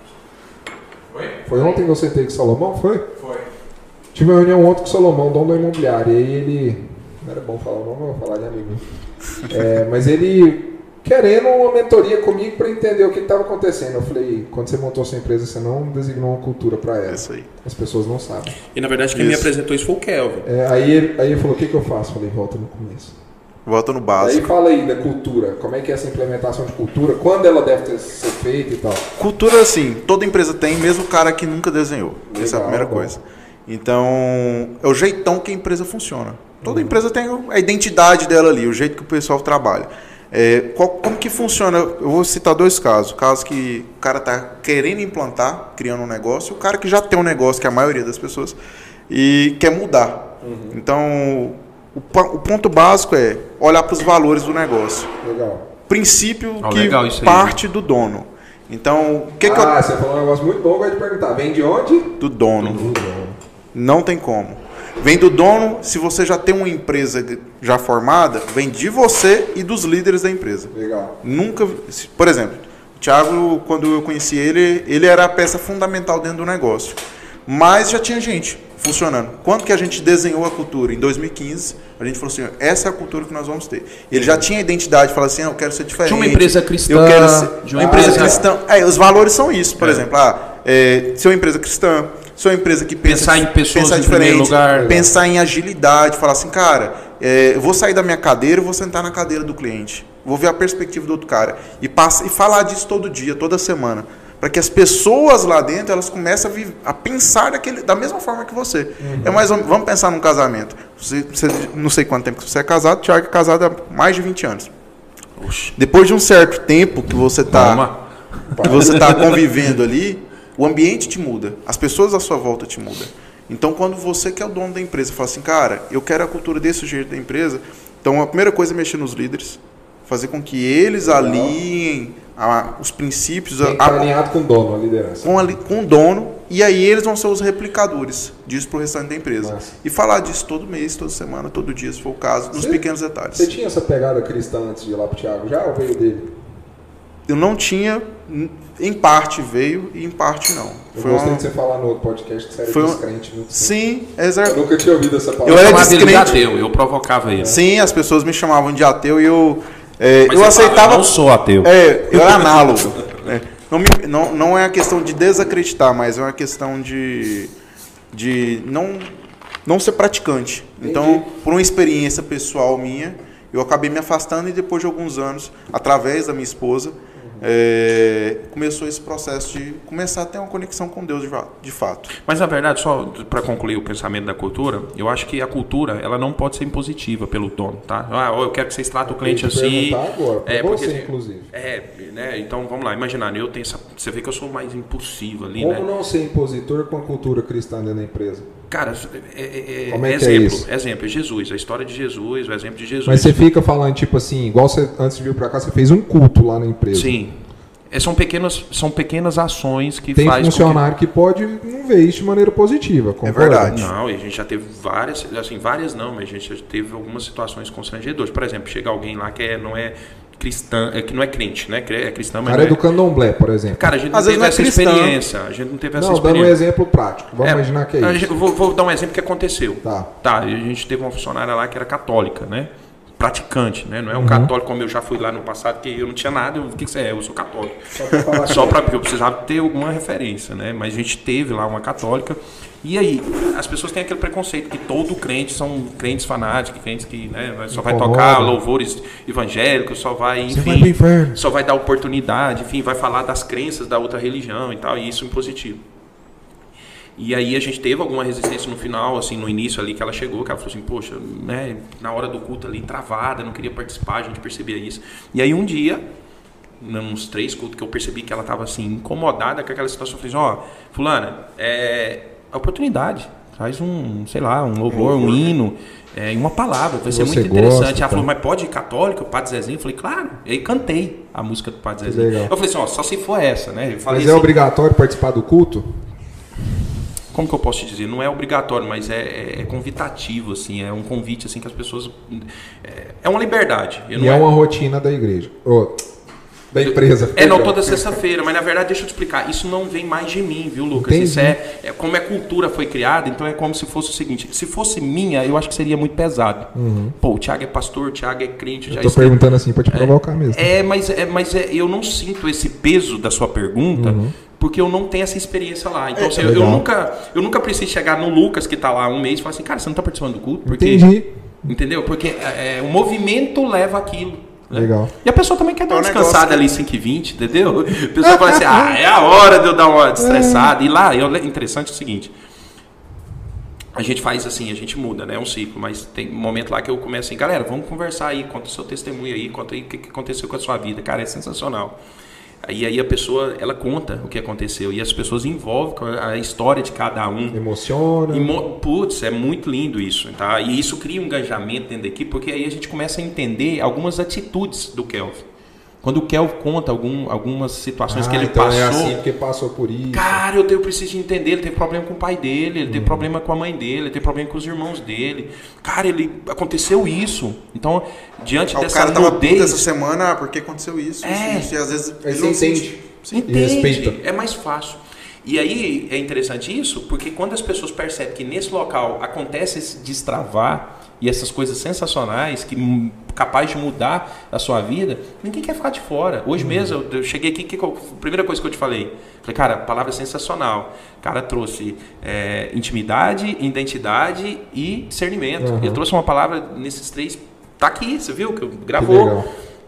Foi? Foi ontem que eu sentei com o Salomão? Foi? Foi. Tive uma reunião ontem com o Salomão, dono da imobiliária. E aí ele. Não era bom falar o nome, eu vou falar de amigo. É, mas ele querendo uma mentoria comigo para entender o que estava acontecendo. Eu falei, quando você montou sua empresa, você não designou uma cultura para ela. É isso aí. As pessoas não sabem. E na verdade quem me Isso. apresentou isso foi o Kelvin. É, aí, ele, aí ele falou, o que, que eu faço? Eu falei, volta no começo. Volta no Aí básico. fala aí da cultura, como é que é essa implementação de cultura, quando ela deve ter, ser feita e tal. Cultura, assim, toda empresa tem, mesmo o cara que nunca desenhou. Essa é a Legal, primeira bom. coisa. Então, é o jeitão que a empresa funciona. Toda empresa tem a identidade dela ali, o jeito que o pessoal trabalha. É, qual- como que funciona? Eu vou citar dois casos. O caso que o cara está querendo implantar, criando um negócio, e o cara que já tem um negócio, que é a maioria das pessoas, e quer mudar. Então, o, pa- o ponto básico é olhar para os valores do negócio. Legal. Princípio Oh, que legal isso aí, parte do dono. Então, o que, que eu... Ah, você falou um negócio muito bom, eu gosto de perguntar. Vem de onde? Do dono. Do dono. Não tem como. Vem do dono, se você já tem uma empresa já formada, vem de você e dos líderes da empresa. Legal. Nunca, se- por exemplo, o Thiago, quando eu conheci ele, ele era a peça fundamental dentro do negócio. Mas já tinha gente funcionando. Quando que a gente desenhou a cultura? Em dois mil e quinze, a gente falou assim, essa é a cultura que nós vamos ter. Ele já tinha a identidade, falou assim, ah, eu quero ser diferente. De uma empresa cristã, Eu quero ser, de uma uma empresa empresa- cristã. É, os valores são isso, por É. exemplo, ah, é, ser uma empresa cristã, ser uma empresa que pensa, Pensar em pessoas pensa em primeiro lugar. pensar em agilidade, falar assim, cara, é, eu vou sair da minha cadeira, eu vou sentar na cadeira do cliente, vou ver a perspectiva do outro cara e, passa, e falar disso todo dia, toda semana. para que as pessoas lá dentro elas comecem a, viver, a pensar daquele, da mesma forma que você. Uhum. É mais, vamos pensar num casamento. Você, você, não sei quanto tempo que você é casado, o Thiago é casado há mais de vinte anos. Oxi. Depois de um certo tempo que você está que você tá convivendo ali, o ambiente te muda, as pessoas à sua volta te mudam. Então, quando você que é o dono da empresa fala assim, cara, eu quero a cultura desse jeito da empresa, então a primeira coisa é mexer nos líderes, fazer com que eles alinhem a, os princípios... Tem que estar alinhado com o dono, a liderança. Com, a, com o dono, e aí eles vão ser os replicadores disso para o restante da empresa. Nossa. E falar disso todo mês, toda semana, todo dia, se for o caso, nos você, pequenos detalhes. Você tinha essa pegada cristã antes de ir lá para o Thiago já, ou veio dele? Eu não tinha, em parte veio e em parte não. Eu foi gostei uma... de você falar no outro podcast que você era foi descrente. Não Sim, exato. Eu nunca tinha ouvido essa palavra. Eu era descrente. descrente. De ateu, eu provocava ele. Sim, as pessoas me chamavam de ateu e eu, é, Mas eu você aceitava... fala, eu não sou ateu. É, eu era análogo. é. Não, me, não, não é a questão de desacreditar, mas é uma questão de, de não, não ser praticante. Entendi. Então, por uma experiência pessoal minha, eu acabei me afastando e depois de alguns anos, através da minha esposa, É, começou esse processo de começar a ter uma conexão com Deus de, de fato. Mas na verdade, só para concluir o pensamento da cultura, eu acho que a cultura ela não pode ser impositiva pelo dono, tá? Ah, eu quero que vocês tratem o cliente assim. Agora, é você, porque, inclusive. É, né? Então vamos lá, imaginar, eu tenho essa, você vê que eu sou mais impulsivo ali, Como né? não ser impositor com a cultura cristã dentro da empresa? Cara, é, é, Como é que exemplo, é isso? exemplo, é Jesus, a história de Jesus, o exemplo de Jesus. Mas você fica falando tipo assim, igual você antes de vir para cá, você fez um culto lá na empresa. Sim. É, são, pequenas, são pequenas ações que tem faz funcionário que... que pode não ver isso de maneira positiva. Concorda? É verdade. Não, e a gente já teve várias, assim, várias não, mas a gente já teve algumas situações constrangedoras. Por exemplo, chega alguém lá que é, não é cristã, é, que não é crente, né? É cristã, mas cara não é do candomblé, por exemplo. Cara, a gente não Às teve vezes essa não é experiência. A gente não teve essa não, experiência. dando um exemplo prático. Vamos é, imaginar que é isso. Gente, vou, vou dar um exemplo que aconteceu. Tá. Tá, a gente teve uma funcionária lá que era católica, né? Praticante, né? Não é um uhum. católico como eu já fui lá no passado, que eu não tinha nada. Eu, o que, que você é? Eu sou católico. Só para eu precisava ter alguma referência, né? Mas a gente teve lá uma católica. E aí, as pessoas têm aquele preconceito que todo crente são crentes fanáticos, crentes que né, só vai tocar louvores evangélicos, só vai, enfim, vai só vai dar oportunidade, enfim, vai falar das crenças da outra religião e tal, e isso é impositivo. E aí a gente teve alguma resistência no final, assim, no início ali que ela chegou, que ela falou assim, poxa, né, na hora do culto ali, travada, não queria participar, a gente percebia isso. E aí um dia, uns três cultos que eu percebi que ela estava assim, incomodada com aquela situação, eu falei assim, ó, fulana, é a oportunidade, faz um, sei lá, um louvor, um hino, é, uma palavra, vai ser muito interessante. Gosta, ela falou, mas pode ir católico, o Padre Zezinho? Eu falei, claro. E aí cantei a música do Padre Zezinho. Legal. Eu falei assim, ó, só se for essa, né? Eu falei mas assim, é obrigatório participar do culto? Como que eu posso te dizer? Não é obrigatório, mas é, é, é convidativo, assim, é um convite assim que as pessoas... É, é uma liberdade. Eu e não é, é uma rotina da igreja, oh, da empresa. É, não toda sexta-feira, mas na verdade, deixa eu te explicar, isso não vem mais de mim, viu, Lucas? Entendi. Isso é, é como a cultura foi criada, então é como se fosse o seguinte, se fosse minha, eu acho que seria muito pesado. Uhum. Pô, o Thiago é pastor, o Thiago é crente... Eu tô perguntando assim pra te provocar é, mesmo. É, mas, é, mas é, eu não sinto esse peso da sua pergunta... Uhum. Porque eu não tenho essa experiência lá. Então, é, assim, eu, eu, nunca, eu nunca preciso chegar no Lucas, que está lá há um mês, e falar assim, cara, você não está participando do culto? Porque, entendi. Entendeu? Porque é, o movimento leva aquilo. Né? Legal. E a pessoa também quer dar uma descansada ali cinco e vinte, entendeu? A pessoa fala assim, ah, é a hora de eu dar uma estressada. E lá, é interessante o seguinte, a gente faz assim, a gente muda, né? É um ciclo, mas tem um momento lá que eu começo assim, galera, vamos conversar aí, conta o seu testemunho aí, conta aí o que aconteceu com a sua vida. Cara, é sensacional. E aí a pessoa, ela conta o que aconteceu. E as pessoas envolvem a história de cada um. Emociona. Emo... Putz, é muito lindo isso. Tá? E isso cria um engajamento dentro da equipe, porque aí a gente começa a entender algumas atitudes do Kelvin. Quando o Kelvin conta algum, algumas situações ah, que ele então passou... é assim porque passou por isso. Cara, eu, eu preciso entender. Ele teve problema com o pai dele, ele hum. teve problema com a mãe dele, ele teve problema com os irmãos dele. Cara, ele aconteceu isso. Então, diante ah, dessa nudez... O cara nudez, tava puto essa semana, ah, porque aconteceu isso, é, isso, e às vezes ele não entende. Entende, respeita. É mais fácil. E aí é interessante isso, porque quando as pessoas percebem que nesse local acontece esse destravar e essas coisas sensacionais, que capaz de mudar a sua vida, ninguém quer ficar de fora. Hoje uhum. mesmo, eu, eu cheguei aqui, que, a primeira coisa que eu te falei, falei, cara, a palavra é sensacional. O cara trouxe é, intimidade, identidade e discernimento. Uhum. Ele trouxe uma palavra nesses três, tá aqui, você viu que eu gravou.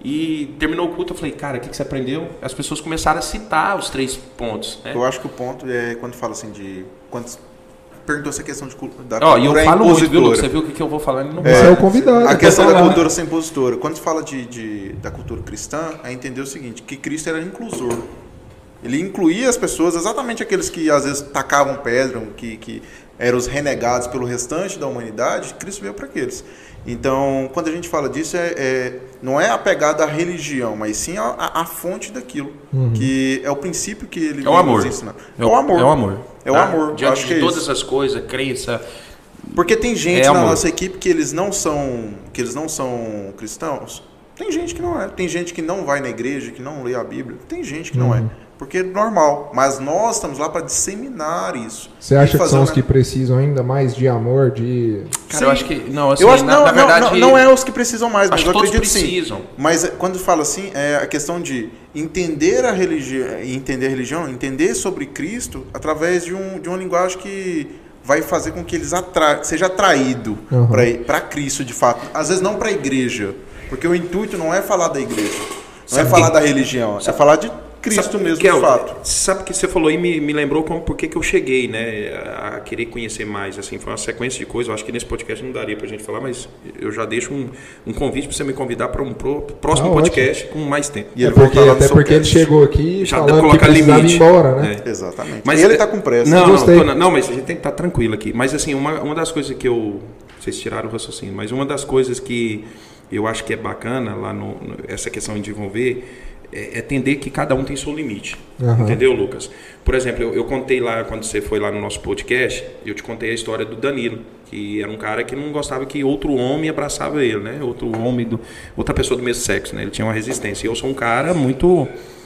E terminou o culto, eu falei, cara, o que, que você aprendeu? As pessoas começaram a citar os três pontos. Né? Eu acho que o ponto é quando fala assim de... Quando perguntou essa questão de da Ó, e eu falo muito, viu, impositora. Você viu o que, que eu vou falar? Ele não Você é o convidado. A questão tá da lá. cultura sem impositora. Quando se fala de, de, da cultura cristã, é entender o seguinte, que Cristo era inclusor. Ele incluía as pessoas, exatamente aqueles que às vezes tacavam pedra, que, que eram os renegados pelo restante da humanidade, Cristo veio para aqueles. Então, quando a gente fala disso, é, é, não é apegado à religião, mas sim à, à fonte daquilo, uhum. que é o princípio que ele é o amor. nos ensina. É o amor. É o amor. É o tá? amor. Diante acho que de é todas isso. as coisas, crença... Porque tem gente é na amor. nossa equipe que eles não são, que eles não são cristãos. Tem gente que não é. Tem gente que não vai na igreja, que não lê a Bíblia. Tem gente que uhum. não é. Porque é normal. Mas nós estamos lá para disseminar isso. Você acha que são um os que precisam ainda mais de amor, de... Cara, sim. eu acho que... Não, assim, eu acho, na, não, na verdade... Não, não é os que precisam mais, mas acho eu que todos acredito precisam. Sim. Mas quando fala assim, é a questão de entender a religião, entender a religião, entender sobre Cristo através de, um, de uma linguagem que vai fazer com que eles atra... seja atraído uhum. para Cristo, de fato. Às vezes não para a igreja, porque o intuito não é falar da igreja, não sabe é falar que... da religião, sabe... é falar de Cristo sabe, mesmo, que, de fato. Sabe que você falou aí, me, me lembrou como por que eu cheguei, né, a querer conhecer mais, assim, foi uma sequência de coisas, eu acho que nesse podcast não daria pra gente falar, mas eu já deixo um, um convite pra você me convidar para um pro, próximo ah, podcast ótimo. Com mais tempo. E ele é porque, até porque ele chegou aqui já falando que precisava ir embora, né? É. Exatamente. Mas ele tá com pressa. Não, não, tô, não, mas a gente tem que estar tá tranquilo aqui. Mas assim, uma, uma das coisas que eu... Vocês tiraram o raciocínio, mas uma das coisas que eu acho que é bacana lá no, no essa questão de desenvolver é entender que cada um tem seu limite. Uhum. Entendeu, Lucas? Por exemplo, eu, eu contei lá, quando você foi lá no nosso podcast, eu te contei a história do Danilo, que era um cara que não gostava que outro homem abraçava ele, né? Outro homem, do, outra pessoa do mesmo sexo, né? Ele tinha uma resistência. E eu sou um cara muito...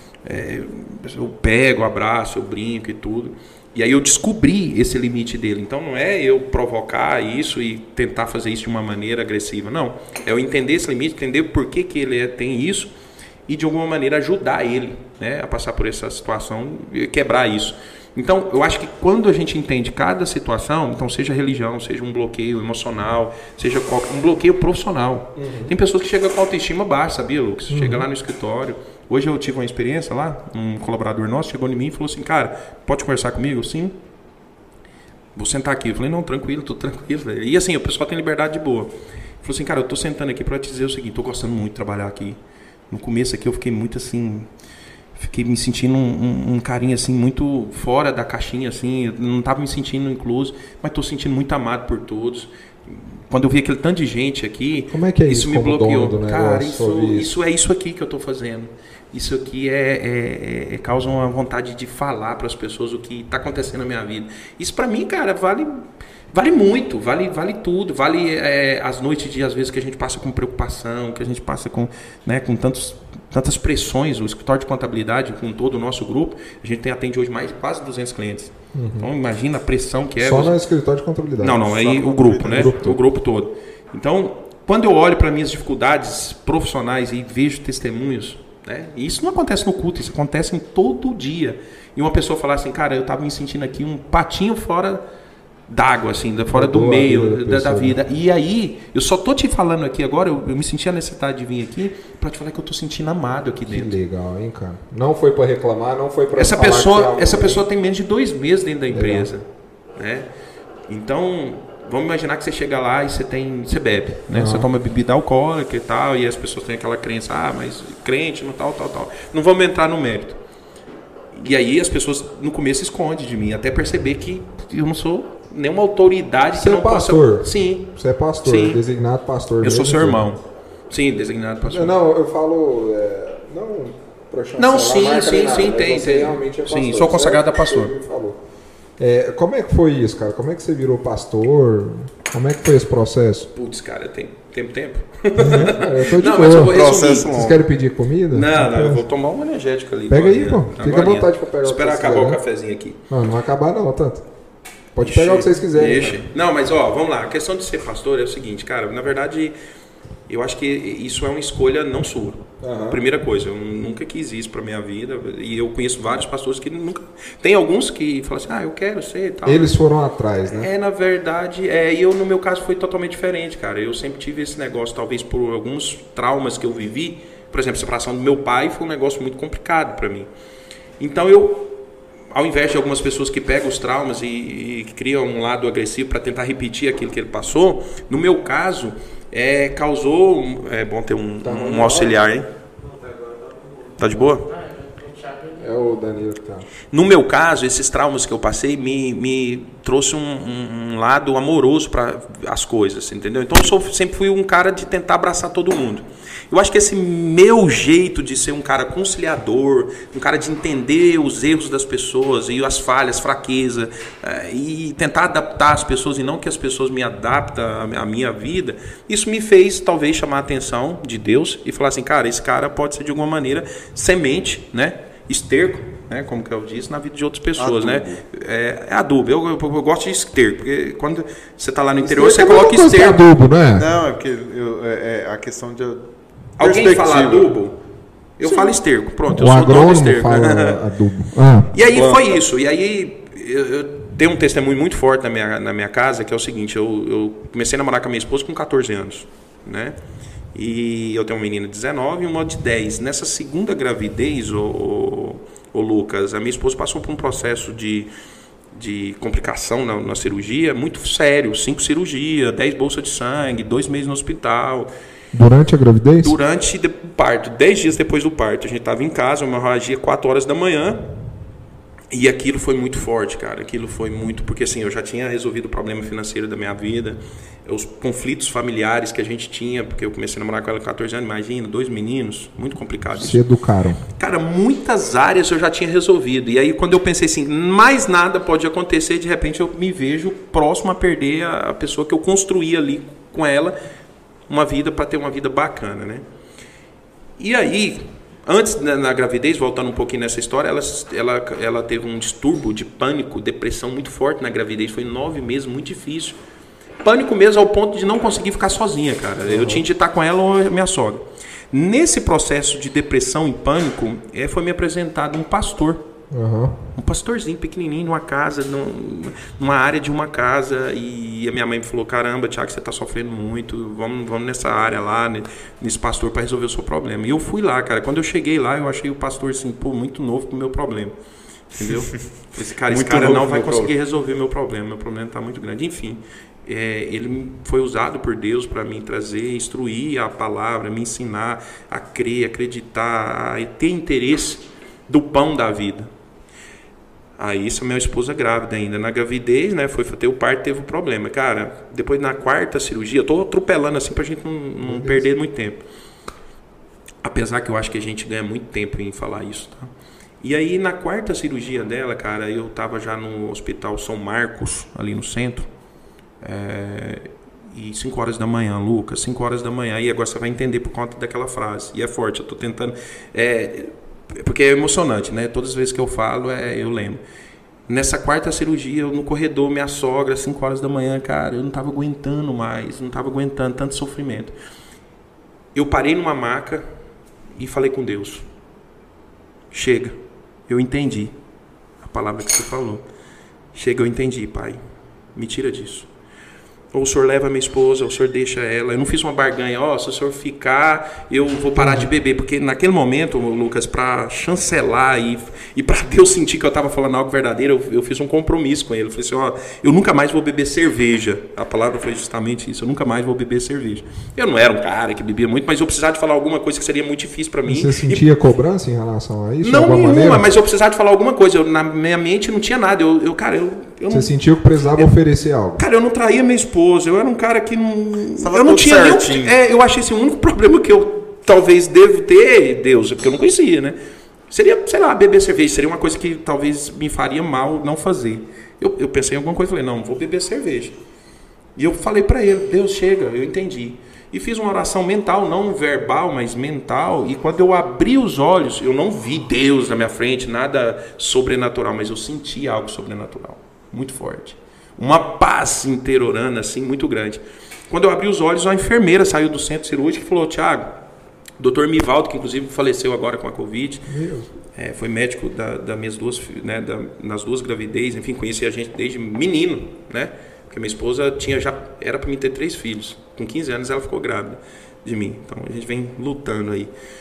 É, eu pego, abraço, eu brinco e tudo. E aí eu descobri esse limite dele. Então não é eu provocar isso e tentar fazer isso de uma maneira agressiva. Não. É eu entender esse limite, entender por que, que ele é, tem isso e de alguma maneira ajudar ele, né, a passar por essa situação e quebrar isso. Então eu acho que quando a gente entende cada situação, então seja religião, seja um bloqueio emocional, seja qualquer, um bloqueio profissional. Uhum. Tem pessoas que chegam com autoestima baixa, sabia, Lucas? Uhum. Chega lá no escritório. Hoje eu tive uma experiência lá, um colaborador nosso chegou em mim e falou assim, cara, pode conversar comigo? Sim. Vou sentar aqui. Eu falei, não, tranquilo, tudo tranquilo. E assim, o pessoal tem liberdade de boa. Ele falou assim, cara, eu tô sentando aqui para te dizer o seguinte, tô gostando muito de trabalhar aqui. No começo aqui eu fiquei muito assim, fiquei me sentindo um, um, um carinho assim, muito fora da caixinha, assim, eu não estava me sentindo incluso, mas estou sentindo muito amado por todos. Quando eu vi aquele tanto de gente aqui, como é que é isso, isso me bloqueou. Dono do cara, isso, isso, isso é isso aqui que eu estou fazendo. Isso aqui é, é, é, causa uma vontade de falar para as pessoas o que está acontecendo na minha vida. Isso para mim, cara, vale... Vale muito, vale, vale tudo, vale é, as noites de, às vezes, que a gente passa com preocupação, que a gente passa com, né, com tantos, tantas pressões, o escritório de contabilidade, com todo o nosso grupo, a gente tem, atende hoje mais quase duzentos clientes. Uhum. Então, imagina a pressão que é... Só você... no escritório de contabilidade. Não, não, aí o grupo, né? O grupo, o grupo todo. Então, quando eu olho para minhas dificuldades profissionais e vejo testemunhos, né, e isso não acontece no culto, isso acontece em todo dia. E uma pessoa falar assim, cara, eu estava me sentindo aqui um patinho fora... d'água, assim, fora do meio da, da vida. E aí, eu só tô te falando aqui agora, eu, eu me senti a necessidade de vir aqui para te falar que eu tô sentindo amado aqui dentro. Que legal, hein, cara? Não foi para reclamar, não foi para essa falar pessoa, que essa pessoa tem menos de dois meses dentro da empresa, né? Então, vamos imaginar que você chega lá e você tem, você bebe, né? Uhum. Você toma bebida alcoólica e tal, e as pessoas têm aquela crença, ah, mas crente, não tal, tal, tal. Não vamos entrar no mérito. E aí as pessoas no começo escondem de mim, até perceber que eu não sou nenhuma autoridade você que não é pastor? Possa... Sim. Você é pastor, Sim. designado pastor. Eu mesmo, sou seu irmão. Sim, designado pastor. Não, eu falo... É, não pra chancelar, não, sim, sim, nada, sim, tem. tem. Realmente é pastor, sim, sou consagrado a pastor. Você me falou. É, como é que foi isso, cara? Como é que você virou pastor? Como é que foi esse processo? Putz, cara, tem tempo, tempo. Uhum, eu tô de não, boa. mas eu vou Processo Vocês querem pedir comida? Não, não, eu vou tomar um energético ali. Pega aí, pô. Fica à vontade pra pegar. Esperar acabar o cafezinho aqui. Não, não vai acabar não, tanto. Pode Ixi, pegar o que vocês quiserem. Deixa. Não, mas ó, vamos lá. A questão de ser pastor é o seguinte, cara. Na verdade, eu acho que isso é uma escolha não sua. Uhum. Primeira coisa, eu nunca quis isso pra minha vida. E eu conheço vários pastores que nunca... Tem alguns que falam assim, ah, eu quero ser e tal. Eles foram atrás, né? É, na verdade, é, e eu no meu caso foi totalmente diferente, cara. Eu sempre tive esse negócio, talvez por alguns traumas que eu vivi, por exemplo, a separação do meu pai foi um negócio muito complicado para mim. Então eu, ao invés de algumas pessoas que pegam os traumas e, e criam um lado agressivo para tentar repetir aquilo que ele passou, no meu caso, é, causou... É bom ter um, um auxiliar, hein? Tá de boa? É o Danilo que tá. No meu caso, esses traumas que eu passei me, me trouxe um, um, um lado amoroso para as coisas, entendeu? Então eu sou, sempre fui um cara de tentar abraçar todo mundo. Eu acho que esse meu jeito de ser um cara conciliador, um cara de entender os erros das pessoas e as falhas, fraqueza, e tentar adaptar as pessoas e não que as pessoas me adaptem à minha vida, isso me fez talvez chamar a atenção de Deus e falar assim, cara, esse cara pode ser de alguma maneira semente, né? Esterco, né, como que eu disse, na vida de outras pessoas, adubo. né? É, é adubo. Eu, eu, eu gosto de esterco, porque quando você está lá no interior, esterco, você coloca esterco. Adubo, né? Não, é porque eu, é, é a questão de alguém fala adubo, eu Sim. falo esterco. Pronto, o eu sou agrônomo esterco. fala adubo. Ah. E aí Bom. foi isso. E aí eu, eu tenho um testemunho muito forte na minha, na minha casa, que é o seguinte, eu, eu comecei a namorar com a minha esposa com catorze anos, né? E eu tenho uma menina de dezenove e uma de dez. Nessa segunda gravidez, ô, ô, ô Lucas, a minha esposa passou por um processo de, de complicação na, na cirurgia muito sério. Cinco cirurgias, dez bolsas de sangue, dois meses no hospital. Durante a gravidez? Durante o parto, dez dias depois do parto. A gente estava em casa, uma hemorragia, quatro horas da manhã. E aquilo foi muito forte, cara. Aquilo foi muito... Porque assim, eu já tinha resolvido o problema financeiro da minha vida, os conflitos familiares que a gente tinha, porque eu comecei a namorar com ela com catorze anos, imagina, dois meninos, muito complicado. Se educaram. Cara, muitas áreas eu já tinha resolvido. E aí quando eu pensei assim, mais nada pode acontecer, de repente eu me vejo próximo a perder a pessoa que eu construí ali com ela, uma vida para ter uma vida bacana, né? E aí... Antes, na, na gravidez, voltando um pouquinho nessa história, ela, ela, ela teve um distúrbio de pânico, depressão muito forte na gravidez. Foi nove meses, muito difícil. Pânico mesmo ao ponto de não conseguir ficar sozinha, cara. Eu tinha de estar com ela ou minha sogra. Nesse processo de depressão e pânico, é, foi me apresentado um pastor. Uhum. Um pastorzinho pequenininho numa casa, numa área de uma casa, e a minha mãe me falou, caramba, Thiago, você está sofrendo muito, vamos, vamos nessa área lá, nesse pastor para resolver o seu problema. E eu fui lá, cara, quando eu cheguei lá, eu achei o pastor assim, pô, muito novo pro meu problema, entendeu? Esse cara, esse cara não vai conseguir problema. resolver meu problema, meu problema está muito grande. Enfim, é, ele foi usado por Deus para me trazer, instruir a palavra, me ensinar a crer, acreditar, a ter interesse do pão da vida. Aí, isso, minha esposa grávida ainda. Na gravidez, né, foi ter o parto, teve um problema. Cara, depois na quarta cirurgia, eu tô atropelando assim pra gente não, não perder muito tempo. Apesar que eu acho que a gente ganha muito tempo em falar isso, tá? E aí, na quarta cirurgia dela, cara, eu tava já no Hospital São Marcos, ali no centro. É, e cinco horas da manhã, Lucas, cinco horas da manhã. E agora você vai entender por conta daquela frase. E é forte, eu tô tentando... É, porque é emocionante, né? Todas as vezes que eu falo, é, eu lembro. Nessa quarta cirurgia, eu no corredor, minha sogra, cinco horas da manhã, cara, eu não estava aguentando mais, não estava aguentando tanto sofrimento. Eu parei numa maca e falei com Deus. Chega, eu entendi a palavra que você falou. Chega, eu entendi, Pai. Me tira disso. Ou o senhor leva a minha esposa, ou o senhor deixa ela. Eu não fiz uma barganha, ó, oh, se o senhor ficar, eu vou parar de beber. Porque naquele momento, Lucas, para chancelar e, e para Deus sentir que eu estava falando algo verdadeiro, eu, eu fiz um compromisso com ele. Eu falei assim, ó, oh, eu nunca mais vou beber cerveja. A palavra foi justamente isso, eu nunca mais vou beber cerveja. Eu não era um cara que bebia muito, mas eu precisava de falar alguma coisa que seria muito difícil para mim. Você sentia e... cobrança em relação a isso? Não, nenhuma, maneira? Mas eu precisava de falar alguma coisa. Eu, na minha mente não tinha nada. Eu, eu cara, eu, eu Você não... sentiu que precisava eu... oferecer algo? Cara, eu não traía minha esposa. Eu era um cara que não... Tava eu não tinha nenhum, é, eu achei assim, o único problema que eu talvez devo ter, Deus, é porque eu não conhecia, né? Seria, sei lá, beber cerveja. Seria uma coisa que talvez me faria mal não fazer. Eu, eu pensei em alguma coisa e falei, não, vou beber cerveja. E eu falei para ele, Deus, chega, eu entendi. E fiz uma oração mental, não verbal, mas mental. E quando eu abri os olhos, eu não vi Deus na minha frente, nada sobrenatural, mas eu senti algo sobrenatural, muito forte. Uma paz interiorana, assim, muito grande. Quando eu abri os olhos, uma enfermeira saiu do centro cirúrgico e falou, Thiago, doutor Mivaldo, que inclusive faleceu agora com a Covid, é, foi médico da, da minhas duas, né, da, nas duas gravidez, enfim, conhecia a gente desde menino, né? Porque minha esposa tinha já, era para mim ter três filhos. Com quinze anos ela ficou grávida de mim. Então a gente vem lutando aí.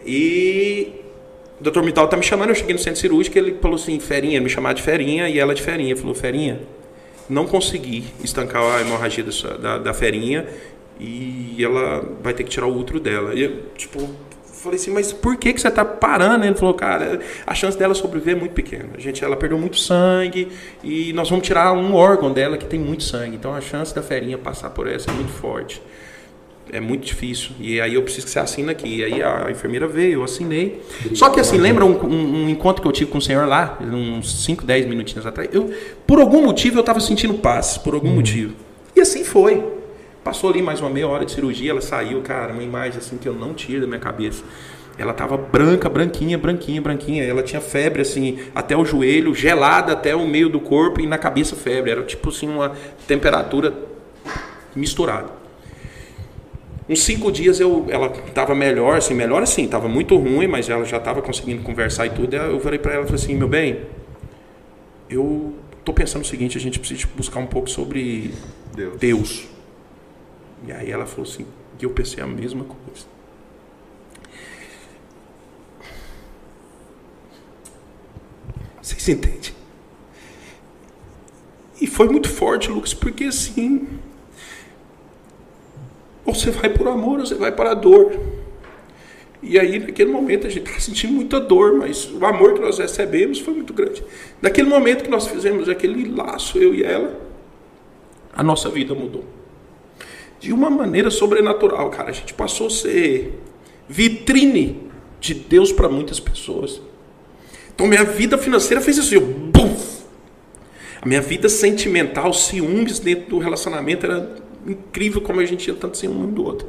E o doutor Mital tá me chamando, eu cheguei no centro cirúrgico, ele falou assim, Ferinha, ele me chamava de Ferinha, e ela de Ferinha. Ele falou, Ferinha, não consegui estancar a hemorragia da, da, da Ferinha, e ela vai ter que tirar o útero dela. E eu, tipo, falei assim, mas por que, que você tá parando? Ele falou, cara, a chance dela sobreviver é muito pequena. A gente, ela perdeu muito sangue, e nós vamos tirar um órgão dela que tem muito sangue. Então a chance da Ferinha passar por essa é muito forte. É muito difícil. E aí eu preciso que você assine aqui. E aí a enfermeira veio, eu assinei. Obrigado. Só que assim, lembra um, um, um encontro que eu tive com o senhor lá, uns cinco, dez minutinhos atrás? Eu, por algum motivo eu estava sentindo paz, por algum hum. motivo. E assim foi. Passou ali mais uma meia hora de cirurgia, ela saiu, cara, uma imagem assim que eu não tiro da minha cabeça. Ela estava branca, branquinha, branquinha, branquinha. Ela tinha febre assim, até o joelho, gelada até o meio do corpo e na cabeça febre. Era tipo assim uma temperatura misturada. Uns cinco dias eu, ela estava melhor, assim, melhor assim, estava muito ruim, mas ela já estava conseguindo conversar e tudo. Eu falei para ela, falei assim, meu bem, eu tô pensando o seguinte, a gente precisa buscar um pouco sobre Deus. Deus. E aí ela falou assim, e eu pensei a mesma coisa. Vocês entendem? E foi muito forte, Lucas, porque assim... Ou você vai por amor, ou você vai para a dor. E aí, naquele momento, a gente está sentindo muita dor, mas o amor que nós recebemos foi muito grande. Naquele momento que nós fizemos aquele laço, eu e ela, a nossa vida mudou. De uma maneira sobrenatural, cara. A gente passou a ser vitrine de Deus para muitas pessoas. Então, minha vida financeira fez assim, bum! A minha vida sentimental, ciúmes dentro do relacionamento era... incrível como a gente tinha tanto assim um do outro.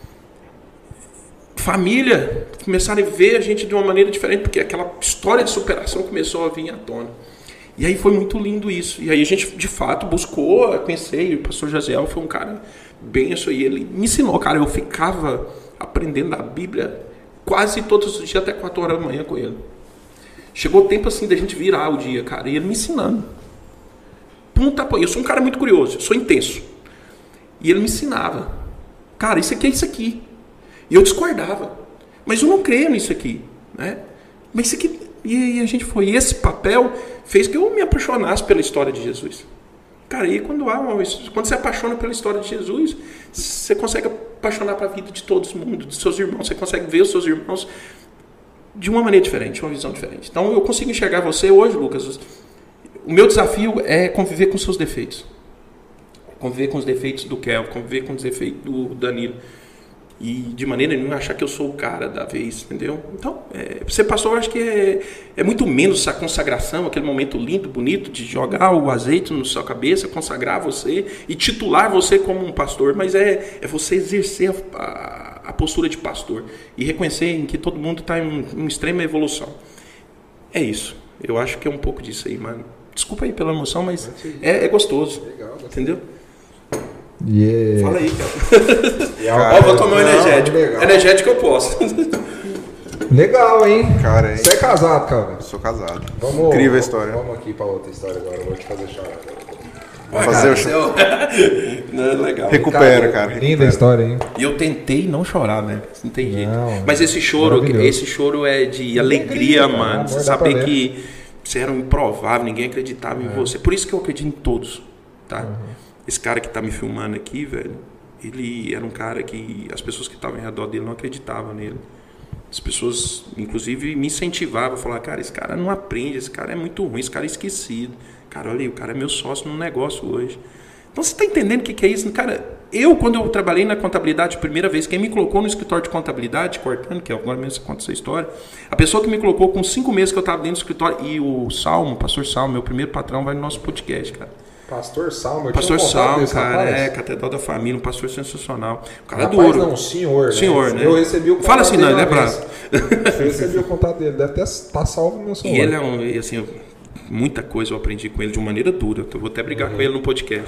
Família, começaram a ver a gente de uma maneira diferente, porque aquela história de superação começou a vir à tona. E aí foi muito lindo isso. E aí a gente, de fato, buscou, conheci, o pastor Jaziel foi um cara bem isso aí. Ele me ensinou, cara, eu ficava aprendendo a Bíblia quase todos os dias, até quatro horas da manhã com ele. Chegou o tempo assim da gente virar o dia, cara, e ele me ensinando. Punta, eu sou um cara muito curioso, eu sou intenso. E ele me ensinava. Cara, isso aqui é isso aqui. E eu discordava. Mas eu não creio nisso aqui. Né? Mas isso aqui... E a gente foi... E esse papel fez que eu me apaixonasse pela história de Jesus. Cara, e quando, há uma, quando você apaixona pela história de Jesus, você consegue apaixonar para a vida de todo mundo, dos seus irmãos. Você consegue ver os seus irmãos de uma maneira diferente, uma visão diferente. Então eu consigo enxergar você hoje, Lucas. O meu desafio é conviver com seus defeitos. Conviver com os defeitos do Kelvin, conviver com os defeitos do Danilo. E de maneira nenhuma achar que eu sou o cara da vez, entendeu? Então, é, ser pastor, eu acho que é, é muito menos essa consagração, aquele momento lindo, bonito, de jogar o azeite na sua cabeça, consagrar você e titular você como um pastor, mas é, é você exercer a, a, a postura de pastor e reconhecer em que todo mundo está em, em extrema evolução. É isso. Eu acho que é um pouco disso aí, mano. Desculpa aí pela emoção, mas é, é gostoso. Legal, entendeu? Yeah. Fala aí, cara. Ó, eu vou tomar um energético. Legal. Energético eu posso. Legal, hein? Cara, hein? Você é casado, cara? Sou casado. Vamos, Incrível a história. Vamos aqui pra outra história agora. Eu vou te fazer chorar. Vou fazer o show. Não, legal. Recupera, cara. Linda recupera. A história, hein? E eu tentei não chorar, né? Não tem jeito. Não, mas esse choro, esse choro é de alegria, alegria, mano. Você saber que você era um improvável, ninguém acreditava em é. você. Por isso que eu acredito em todos, tá? Uhum. Esse cara que tá me filmando aqui, velho, ele era um cara que as pessoas que estavam em redor dele não acreditavam nele. As pessoas, inclusive, me incentivavam a falar, cara, esse cara não aprende, esse cara é muito ruim, esse cara é esquecido. Cara, olha aí, o cara é meu sócio num negócio hoje. Então, você tá entendendo o que, que é isso? Cara, eu, quando eu trabalhei na contabilidade a primeira vez, quem me colocou no escritório de contabilidade, cortando, que agora mesmo você conta essa história, a pessoa que me colocou com cinco meses que eu tava dentro do escritório, e o Salmo, o pastor Salmo, meu primeiro patrão, vai no nosso podcast, cara. Pastor Salmo, eu Pastor Salmo, cara, rapaz. é, Catedral da Família, um pastor sensacional. O cara rapaz, é duro. Não, senhor, senhor, né? né? Eu recebi o contato Fala assim, dele. Não, ele é bravo. Eu recebi o contato dele, deve até estar salvo no meu celular. E ele é um, assim, muita coisa eu aprendi com ele de uma maneira dura. Eu vou até brigar uhum. com ele no podcast.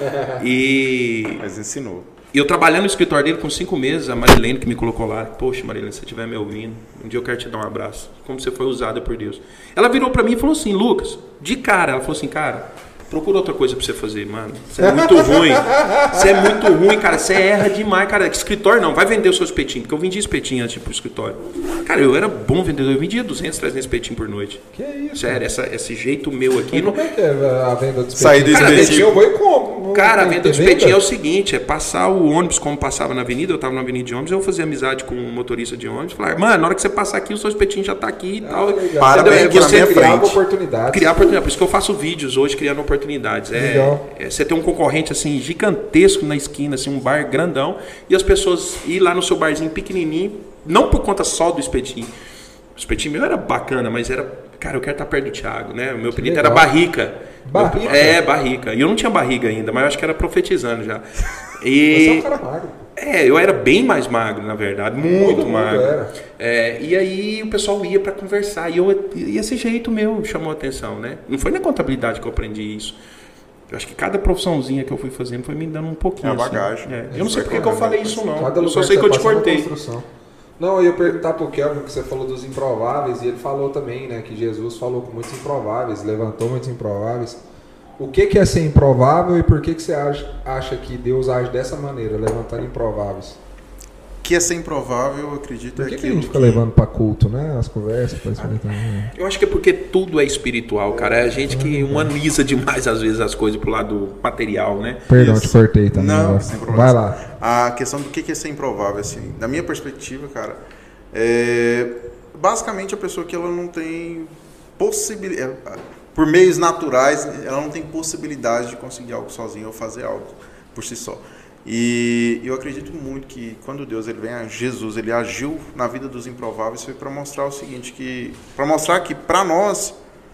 E... Mas ensinou. E eu trabalhando no escritório dele com cinco meses, a Marilene que me colocou lá, poxa, Marilene, se você estiver me ouvindo, um dia eu quero te dar um abraço, como você foi usada por Deus. Ela virou pra mim e falou assim, Lucas, de cara, ela falou assim, cara, procura outra coisa pra você fazer, mano. Você é muito ruim. Você é muito ruim, cara. Você erra demais, cara. Escritório não, vai vender os seus espetinhos, porque eu vendia espetinho antes pro escritório. Cara, eu era bom vendedor, eu vendia duzentos, trezentos espetinhos por noite. Que isso? Sério, essa, esse jeito meu aqui. Mas Não... como é que é a venda do Sair do espetinho? espetinho. Eu vou e como? Cara, a Tem- venda do tem espetinho é o venda? seguinte, é passar o ônibus como passava na avenida, eu tava na avenida de ônibus, eu fazia amizade com um motorista de ônibus, falar, mano, na hora que você passar aqui, o seu espetinho já tá aqui e tal. Legal. Para Entendeu? bem É aqui na você minha criava frente. oportunidades. criar oportunidade, por isso que eu faço vídeos hoje criando oportunidades. É, Legal. é você ter um concorrente assim gigantesco na esquina, assim, um bar grandão, e as pessoas ir lá no seu barzinho pequenininho, não por conta só do espetinho. O espetinho meu era bacana, mas era, cara, eu quero estar perto do Thiago, né? O meu apelido era legal. Barrica. Barrica? É, Barrica. E eu não tinha barriga ainda, mas eu acho que era profetizando já. Você é E um cara magro. é, eu era bem mais magro, na verdade, muito Todo mundo magro. era. É, e aí o pessoal ia para conversar, e, eu, e esse jeito meu chamou a atenção, né? Não foi na contabilidade que eu aprendi isso. Eu acho que cada profissãozinha que eu fui fazendo foi me dando um pouquinho. É a assim. bagagem. É. Eu não sei porque que eu falei isso, não. Cada Eu só lugar sei que eu te você passa é uma cortei. construção. Não, eu ia perguntar pro Kelvin, que você falou dos improváveis, e ele falou também, né, que Jesus falou com muitos improváveis, levantou muitos improváveis. O que, que é ser improvável e por que, que você acha, acha que Deus age dessa maneira, levantando improváveis? Que é ser improvável, eu acredito, Por é que, que a aquilo gente fica levando pra culto, né? As conversas, pra experimentar. Eu acho que é porque tudo é espiritual, cara. É a gente que humaniza demais, às vezes, as coisas pro lado material, né? Perdão, Isso. te cortei também. Não, agora. sem problema. Vai lá. A questão do que é ser improvável, assim, na minha perspectiva, cara, é basicamente a pessoa que ela não tem possibilidade, por meios naturais, ela não tem possibilidade de conseguir algo sozinha ou fazer algo por si só. E eu acredito muito que quando Deus, ele vem a Jesus, ele agiu na vida dos improváveis, foi para mostrar o seguinte, que para mostrar que para nós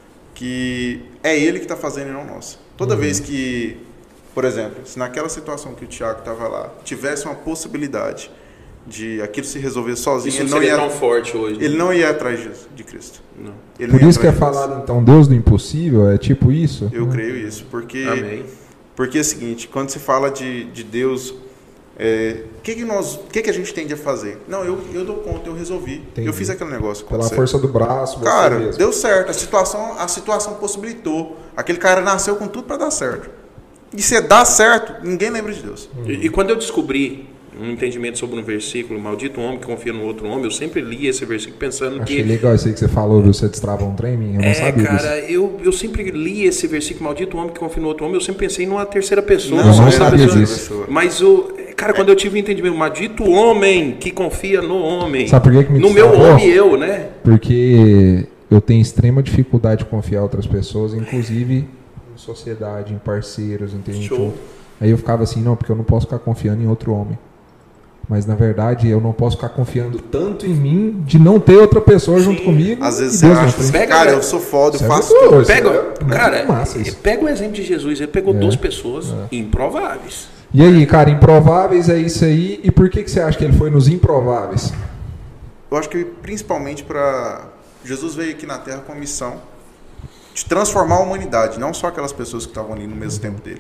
que é ele que está fazendo e não nós. Toda uhum. vez que, por exemplo, se naquela situação que o Thiago estava lá, tivesse uma possibilidade de aquilo se resolver sozinho, Isso ele não não seria ia tão forte hoje. ele né? não ia atrás de, de Cristo. Não. Ele Por não ia isso que é atrás de Cristo. falado, então, Deus do impossível, é tipo isso? Eu creio isso, porque Amém. porque é o seguinte, quando se fala de, de Deus, o é, que, que, nós, que, que a gente tende a fazer? Não, eu, eu dou conta, eu resolvi. Entendi. Eu fiz aquele negócio. Pela acontecer. força do braço, você Cara, mesmo. deu certo. A situação, a situação possibilitou. Aquele cara nasceu com tudo para dar certo. E se dá certo, ninguém lembra de Deus. E, e quando eu descobri um entendimento sobre um versículo, maldito homem que confia no outro homem, eu sempre li esse versículo pensando Achei que... legal isso aí que você falou, viu? Você destrava um trem, eu não É, sabia cara, disso. eu, eu sempre li esse versículo, maldito homem que confia no outro homem, eu sempre pensei numa terceira pessoa. Não, eu não uma sabia pessoa. disso. Mas, o, cara, quando eu tive o entendimento, maldito homem que confia no homem. Sabe por que que me No meu destravou? homem eu, né? Porque eu tenho extrema dificuldade de confiar em outras pessoas, inclusive em sociedade, em parceiros, entende? Show. Aí eu ficava assim, não, porque eu não posso ficar confiando em outro homem. Mas na verdade eu não posso ficar confiando tanto em mim de não ter outra pessoa junto comigo. Às vezes e você Deus na acha, frente. Pega, cara, né? eu sou foda, eu Isso é faço muito tudo. isso Pega, é muito cara, massa isso. pega o exemplo de Jesus, ele pegou É. duas pessoas improváveis. E aí, cara, improváveis é isso aí. E por que, que você acha que ele foi nos improváveis? Eu acho que principalmente para... Jesus veio aqui na Terra com a missão de transformar a humanidade, não só aquelas pessoas que estavam ali no mesmo tempo dele.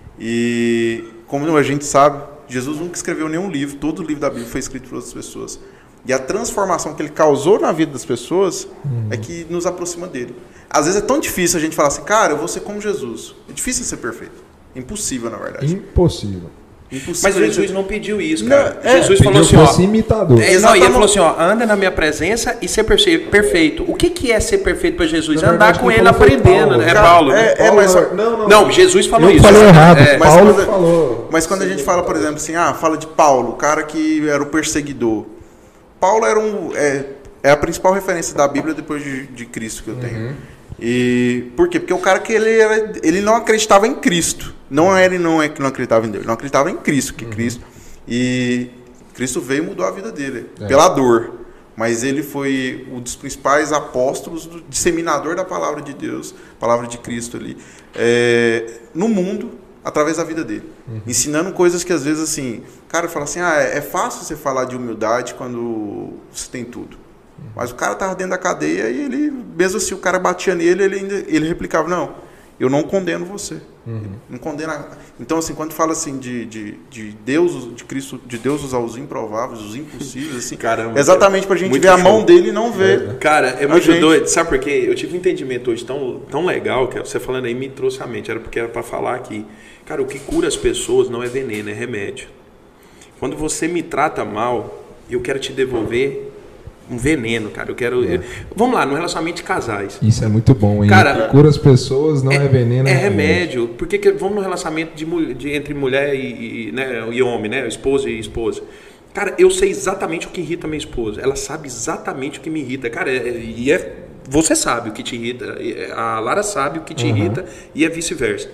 E como a gente sabe, Jesus nunca escreveu nenhum livro, todo o livro da Bíblia foi escrito por outras pessoas. E a transformação que ele causou na vida das pessoas uhum. é que nos aproxima dele. Às vezes é tão difícil a gente falar assim, cara, eu vou ser como Jesus. É difícil ser perfeito. Impossível, na verdade. Impossível. Impossível. Mas Jesus não pediu isso, cara. Não, é, Jesus falou assim, Pediu ó... pra ser imitador. É, não, e ele falou assim, ó, anda na minha presença e ser perfe- perfeito. O que, que é ser perfeito para Jesus? Na Andar verdade, com quem ele falou foi aprendendo, Paulo. né? É Cara, Paulo, né? é, é, mas só- não, não, Não, Jesus falou eu isso. falei errado. É, mas Paulo quando- falou. Mas quando a gente fala, por exemplo, assim, ah, fala de Paulo, o cara que era o perseguidor. Paulo era um, é, é a principal referência da Bíblia depois de, de Cristo que eu tenho. Uhum. E por quê? Porque o cara que ele era, ele não acreditava em Cristo. Não era ele não é que não acreditava em Deus, ele não acreditava em Cristo, que Uhum. Cristo e Cristo veio e mudou a vida dele É. pela dor. Mas ele foi um dos principais apóstolos, do disseminador da palavra de Deus, palavra de Cristo ali, é, no mundo, através da vida dele. Uhum. Ensinando coisas que às vezes assim, cara fala assim, ah, é fácil você falar de humildade quando você tem tudo. Uhum. Mas o cara estava dentro da cadeia e ele, mesmo assim o cara batia nele, ele, ainda, ele replicava, não, eu não condeno você. Uhum. Não condena. Então, assim, quando fala assim de, de, de Deus, de Cristo, de Deus usar os improváveis, os impossíveis, assim, caramba, é exatamente pra gente muito ver show. a mão dele e não ver. Cara, é muito gente. doido. Sabe por quê? Eu tive um entendimento hoje tão, tão legal que você falando aí me trouxe à mente. Era porque era pra falar que, cara, o que cura as pessoas não é veneno, é remédio. Quando você me trata mal, eu quero te devolver um veneno, cara. Eu quero. É. Eu, vamos lá, no relacionamento de casais. Isso é muito bom, hein? Cara, cura as pessoas, não é, é veneno. É, é remédio. remédio. Porque que, vamos no relacionamento de, de, entre mulher e, e, né, e homem, né? Esposa e esposa. Cara, eu sei exatamente o que irrita minha esposa. Ela sabe exatamente o que me irrita. Cara, é, e é. Você sabe o que te irrita. A Lara sabe o que te uhum. irrita e é vice-versa.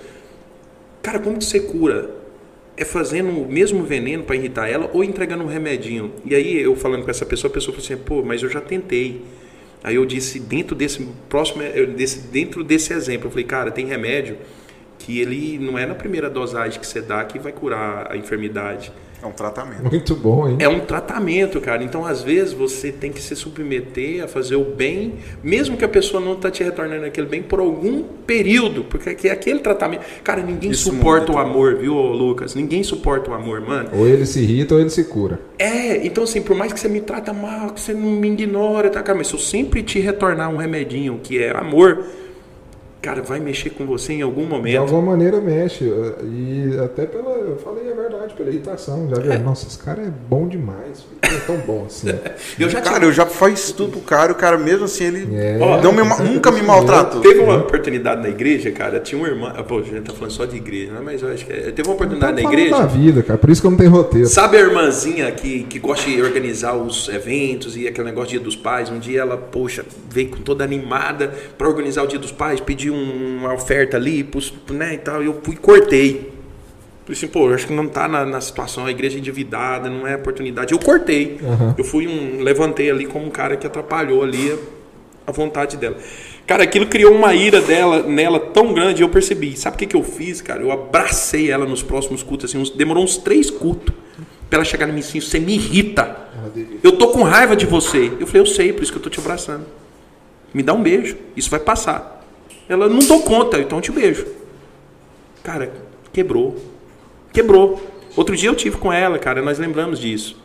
Cara, como que você cura? É fazendo o mesmo veneno para irritar ela ou entregando um remedinho. E aí eu falando com essa pessoa, a pessoa falou assim, pô, mas eu já tentei. Aí eu disse, dentro desse próximo, desse, dentro desse exemplo, eu falei, cara, tem remédio que ele não é na primeira dosagem que você dá que vai curar a enfermidade. É um tratamento. Muito bom, hein? É um tratamento, cara. Então, às vezes, você tem que se submeter a fazer o bem, mesmo que a pessoa não está te retornando aquele bem por algum período, porque é aquele tratamento... Cara, ninguém Isso suporta o amor, viu, Lucas? Ninguém suporta o amor, mano. Ou ele se irrita ou ele se cura. É, então assim, por mais que você me trata mal, que você não me ignora, tá, cara, mas se eu sempre te retornar um remedinho que é amor... Cara, vai mexer com você em algum momento. De alguma maneira mexe. E até pela... Eu falei a verdade, pela irritação. Já viu? É. Nossa, esse cara é bom demais. Ele é tão bom assim. eu já cara, tive... eu já fiz tudo, cara. O cara mesmo assim, ele é, não me, nunca me maltratou. Teve uma oportunidade na igreja, cara. Tinha uma irmã... Pô, a gente tá falando só de igreja, né? Mas eu acho que... É... Teve uma oportunidade na igreja... da vida, cara. Por isso que eu não tenho roteiro. Sabe a irmãzinha que, que gosta de organizar os eventos e aquele negócio de Dia dos Pais? Um dia ela, poxa, veio com toda animada pra organizar o Dia dos Pais, pediu uma oferta ali, né, e tal, e eu fui e cortei. Falei assim, pô, eu acho que não tá na, na situação, a igreja endividada, não é oportunidade. Eu cortei. Uhum. Eu fui um, levantei ali como um cara que atrapalhou ali a, a vontade dela. Cara, aquilo criou uma ira dela, nela tão grande, eu percebi. Sabe o que, que eu fiz, cara? Eu abracei ela nos próximos cultos, assim, uns, demorou uns três cultos pra ela chegar em mim assim, você me irrita. Eu tô com raiva de você. Eu falei, eu sei, por isso que eu tô te abraçando. Me dá um beijo, isso vai passar. Ela, não dou conta, então eu te beijo. Cara, quebrou. Quebrou. Outro dia eu tive com ela, cara, nós lembramos disso.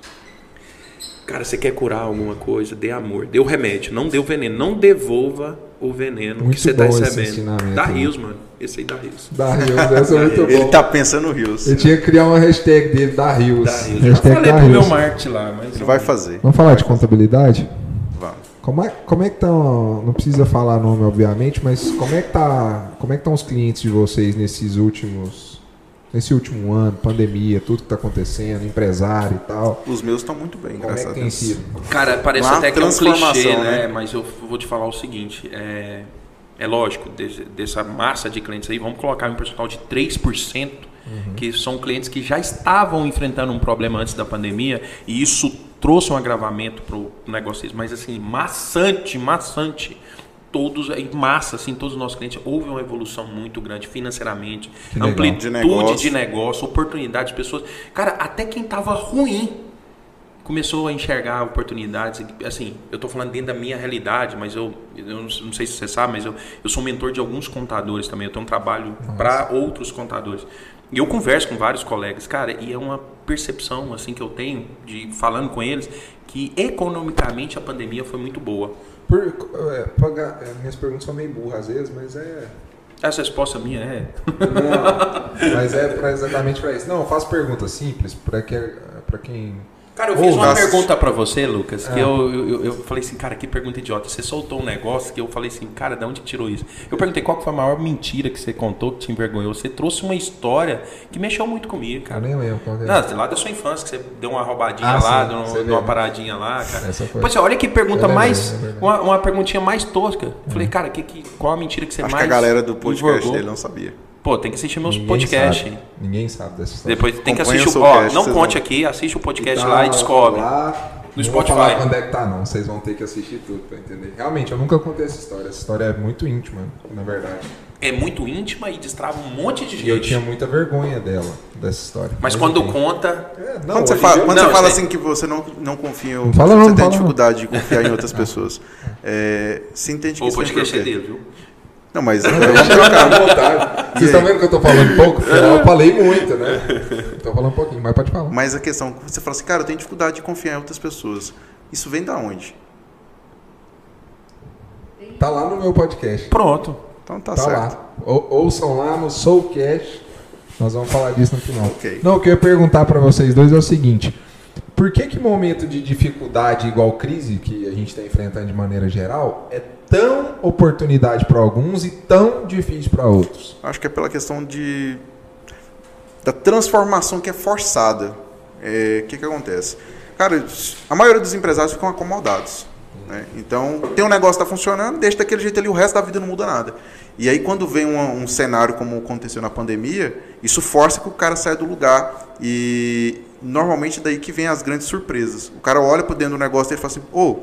Cara, você quer curar alguma coisa? Dê amor, dê o remédio, não dê o veneno. Não devolva o veneno muito que você está recebendo. Dá rios, mano. Esse aí dá rios. Dá rios, essa é muito bom. Ele tá pensando no rios. Eu tinha que criar uma hashtag dele, dá rios. Dá rios. Eu falei pro meu marketing lá, mas... Ele vai fazer. Vamos falar de contabilidade? Vamos. Como é, como é que estão, não precisa falar nome obviamente, mas como é que tá, como é que estão os clientes de vocês nesses últimos, nesse último ano, pandemia, tudo que está acontecendo, empresário e tal? Os meus estão muito bem, como graças é que a tem Deus. sido? Cara, parece Uma até que é um clichê, né? né? Mas eu vou te falar o seguinte, é, é lógico, desse, dessa massa de clientes aí, vamos colocar um percentual de três por cento, uhum. que são clientes que já estavam enfrentando um problema antes da pandemia, e isso trouxe um agravamento para o negócio deles, mas assim, maçante, maçante, todos, em massa, assim, todos os nossos clientes, houve uma evolução muito grande financeiramente, que amplitude de negócio. de negócio, oportunidades, pessoas, cara, até quem estava ruim começou a enxergar oportunidades, assim, eu estou falando dentro da minha realidade, mas eu, eu não sei se você sabe, mas eu, eu sou mentor de alguns contadores também, eu tenho um trabalho para outros contadores. E eu converso com vários colegas, cara, e é uma percepção assim que eu tenho, de falando com eles, que economicamente a pandemia foi muito boa. Por, é, pagar, é, minhas perguntas são meio burras às vezes, mas é... Essa resposta minha é... Não, mas é pra, exatamente para isso. Não, eu faço perguntas simples para que, para quem... Cara, eu fiz oh, uma nossa. pergunta pra você, Lucas, que é. eu, eu, eu falei assim, cara, que pergunta idiota. Você soltou um negócio que eu falei assim, cara, de onde tirou isso? Eu perguntei qual que foi a maior mentira que você contou, que te envergonhou. Você trouxe uma história que mexeu muito comigo, cara. Eu nem lembro qual que é. Não, lá da sua infância, que você deu uma roubadinha ah, lá, sim, deu, deu uma paradinha lá, cara. Essa foi. Pois é, olha que pergunta lembro, mais, uma, uma perguntinha mais tosca. Eu falei, cara, que, que, qual a mentira que você Acho mais que a galera do podcast envergou? dele não sabia. Pô, tem que assistir meus Ninguém podcasts. Sabe. Ninguém sabe dessa história. Depois tem que Acompanha assistir o o... Ó, cast, não vocês conte vão- aqui, assiste o podcast Tá lá e descobre. Lá, No não Spotify. Vou falar quando é que tá, não. Vocês vão ter que assistir tudo pra entender. Realmente, eu nunca contei essa história. Essa história é muito íntima, na verdade. É muito íntima e destrava um monte de gente. E eu tinha muita vergonha dela, dessa história. Mas quando enfim. conta... É, não, Quando você hoje fala, eu- quando não, você fala isso aí- assim que você não, não confia, Não fala você não, tem fala não. dificuldade de confiar em outras pessoas, é, se entende que O isso vem podcast por é quê? dele, viu? Não, mas Não, vamos deixa eu trocar. ficar à vontade. Vocês estão vendo que eu tô falando pouco? Eu falei muito, né? Tô falando um pouquinho, mas pode falar. Mas a questão, você fala assim, cara, eu tenho dificuldade de confiar em outras pessoas. Isso vem da onde? Tá lá no meu podcast. Pronto. Então tá, Tá certo. lá. Ou, ouçam lá no Soulcast. Nós vamos falar disso no final. Ok. Não, o que eu ia perguntar pra vocês dois é o seguinte. Por que que momento de dificuldade igual crise, que a gente está enfrentando de maneira geral, é tão oportunidade para alguns e tão difícil para outros? Acho que é pela questão de da transformação que é forçada. É, o que que acontece? Cara, a maioria dos empresários ficam acomodados, né? Então, tem um negócio que está funcionando, deixa daquele jeito ali, o resto da vida não muda nada. E aí, quando vem um, um cenário como aconteceu na pandemia, isso força que o cara saia do lugar. E normalmente daí que vem as grandes surpresas. O cara olha para dentro do negócio e fala assim, ô,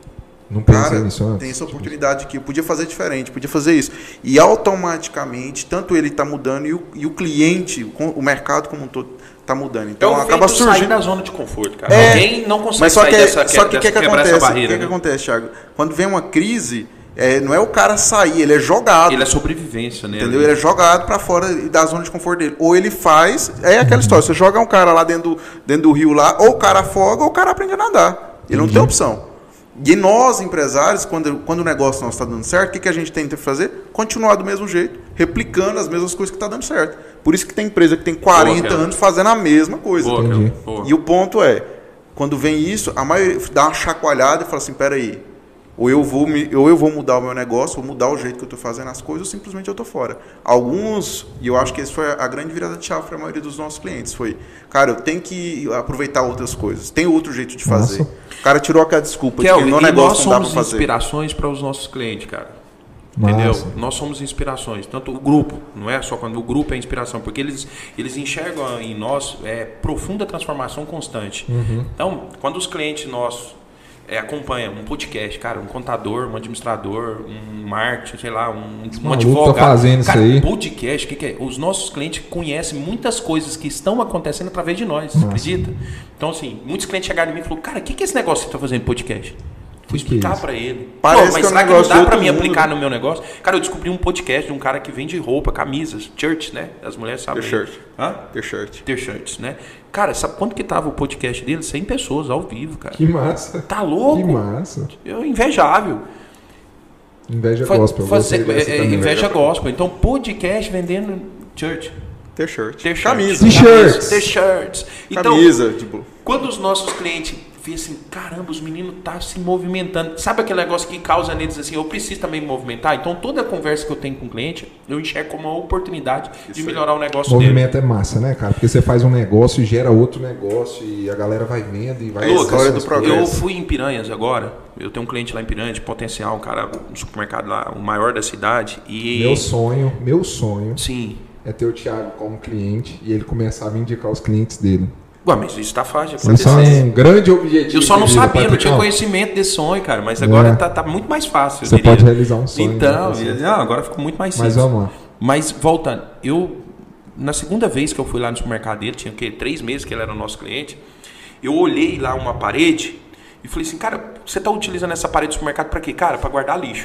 Não pensei cara, nisso antes. tem essa oportunidade aqui, eu podia fazer diferente, podia fazer isso. E automaticamente, tanto ele está mudando e o, e o cliente, o, o mercado como um todo, está mudando. Então, Então acaba sair surgindo... da zona de conforto, cara. É, Alguém não consegue Mas só sair que, dessa, só que o que, que quebrar acontece? essa barreira. O que, que né? acontece, Thiago? Quando vem uma crise, é, não é o cara sair, ele é jogado. Ele é sobrevivência, né? Entendeu? Ele é jogado pra fora da zona de conforto dele. Ou ele faz, é aquela história, você joga um cara lá dentro do, dentro do rio lá, ou o cara afoga, ou o cara aprende a nadar. Ele não tem opção. E nós, empresários, quando, quando o negócio nosso está dando certo, o que, que a gente tenta fazer? Continuar do mesmo jeito, replicando as mesmas coisas que está dando certo. Por isso que tem empresa que tem quarenta Boa, anos fazendo a mesma coisa. Boa, Entendi. cara. Boa. E o ponto é, quando vem isso, a maioria dá uma chacoalhada e fala assim, peraí, ou eu vou, me, ou eu vou mudar o meu negócio, vou mudar o jeito que eu estou fazendo as coisas, ou simplesmente eu estou fora. Alguns, e eu acho que essa foi a grande virada de chave para a maioria dos nossos clientes, foi, cara, eu tenho que aproveitar outras coisas, tem outro jeito de fazer. Nossa. O cara tirou aquela desculpa Kelvin, de que no e nós negócio não dá para somos fazer. inspirações para os nossos clientes, cara. Massa. Entendeu? Nós somos inspirações, tanto o grupo, não é só quando o grupo é inspiração, porque eles, eles enxergam em nós é, profunda transformação constante. Uhum. Então, quando os clientes nossos é, acompanham um podcast, cara, um contador, um administrador, um marketing, sei lá, um, um maluco advogado, tá fazendo cara, isso aí. podcast, que que é? Os nossos clientes conhecem muitas coisas que estão acontecendo através de nós, Nossa. acredita? Então, assim, muitos clientes chegaram em mim e falaram, cara, o que, que é esse negócio que você está fazendo podcast? Fui Que que é explicar isso? pra ele. Parece Pô, mas que é um será que não negócio dá de pra outro me mundo, aplicar né? no meu negócio? Cara, eu descobri um podcast de um cara que vende roupa, camisas, shirts, né? As mulheres sabem. T-shirt. Hã? T-shirt. T-shirts, né? Cara, sabe quanto que tava o podcast dele? cem pessoas ao vivo, cara. Que massa. Tá louco? Que massa. Eu, invejável. Inveja Fa- gospel. eu fazer- gostei dessa é, é, também. inveja gospel. Então, podcast vendendo shirt. T-shirt. T-shirt. Camisa. T-shirts. T-shirts. Então, Camisa, tipo... quando os nossos clientes vê assim, caramba, os meninos estão tá se movimentando. Sabe aquele negócio que causa neles assim, eu preciso também me movimentar? Então toda a conversa que eu tenho com o cliente, eu enxergo como uma oportunidade de Isso melhorar o negócio O dele. movimento é massa, né, cara? Porque você faz um negócio e gera outro negócio e a galera vai vendo e vai... É a história do Essas progresso. Eu fui em Piranhas agora, eu tenho um cliente lá em Piranhas, de potencial, um cara, um supermercado lá, o maior da cidade. E Meu sonho, meu sonho sim. é ter o Thiago como cliente e ele começar a me indicar os clientes dele. Ué, mas isso tá fácil de Isso é acontecer. um grande objetivo. Eu só não de vida, sabia, não Patrick. tinha conhecimento desse sonho, cara. Mas agora É. tá, tá muito mais fácil. eu Você diria. pode realizar um sonho. Então, né? não, agora ficou muito mais Mas simples. vamos lá. Mas voltando, eu na segunda vez que eu fui lá no supermercado dele, tinha o quê? Três meses que ele era o nosso cliente. Eu olhei lá uma parede e falei assim, cara, você está utilizando essa parede do supermercado para quê? Cara, para guardar lixo.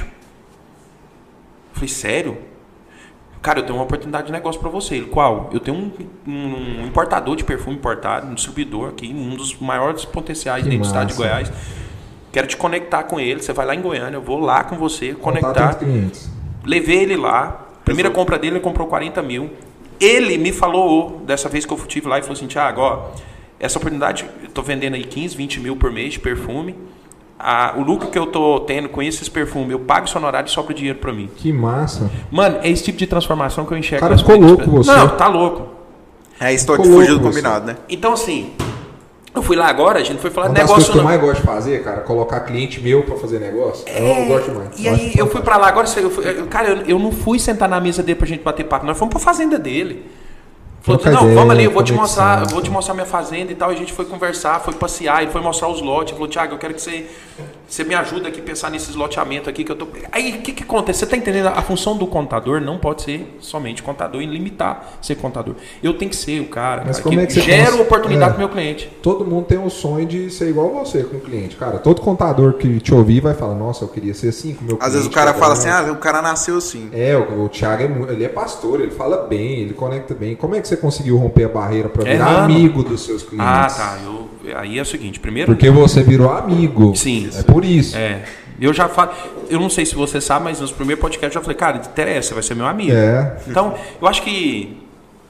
Eu falei, sério? Cara, eu tenho uma oportunidade de negócio para você. Ele, qual? Eu tenho um, um importador de perfume importado, um distribuidor aqui, um dos maiores potenciais Que dentro do estado de massa. Goiás. Quero te conectar com ele. Você vai lá em Goiânia, eu vou lá com você, conectar. Contato entre clientes. Levei ele lá. Primeira compra dele, ele comprou quarenta mil. Ele me falou, dessa vez que eu estive lá, e falou assim, Thiago, ó, essa oportunidade, eu tô vendendo aí quinze, vinte mil por mês de perfume. A, o lucro que eu tô tendo com esses perfumes, eu pago esse honorário e sobra dinheiro pra mim. Que massa. Mano, é esse tipo de transformação que eu enxergo. O cara nas ficou clientes. louco, você. Não, tá louco. É a história de Ficou fugir do louco, combinado, né? Então, assim, eu fui lá agora, a gente foi falar Uma de das coisas negócio que eu não. mais gosto de fazer, cara, colocar cliente meu pra fazer negócio. eu gosto mais. E aí eu fui pra lá agora, eu fui- eu- cara, eu, eu não fui sentar na mesa dele pra gente bater papo, nós fomos pra fazenda dele. Falou, Troca não, ideia, vamos ali, eu vou te conexão, mostrar, eu vou assim. te mostrar minha fazenda e tal. E a gente foi conversar, foi passear, ele foi mostrar os lotes. Ele falou, Thiago, eu quero que você, você me ajude aqui a pensar nesses loteamentos aqui que eu tô. Aí o que, que acontece? Você tá entendendo? A função do contador não pode ser somente contador e limitar ser contador. Eu tenho que ser o cara, Mas cara como que, é que você gera cons- oportunidade é. pro meu cliente. Todo mundo tem um sonho de ser igual você com o cliente. Cara, todo contador que te ouvir vai falar, nossa, eu queria ser assim com o meu cliente. Às vezes o cara tá fala bom. assim, ah, o cara nasceu assim. É, o, o Thiago é, mu- ele é pastor, ele fala bem, ele conecta bem. Como é que você conseguiu romper a barreira para virar Errando. amigo dos seus clientes? Ah, tá. Eu, aí é o seguinte, primeiro. Porque você virou amigo. Sim. É por isso. É. Eu já falo. Eu não sei se você sabe, mas nos primeiros podcasts eu já falei, cara, interessa, você vai ser meu amigo. É. Então, eu acho que.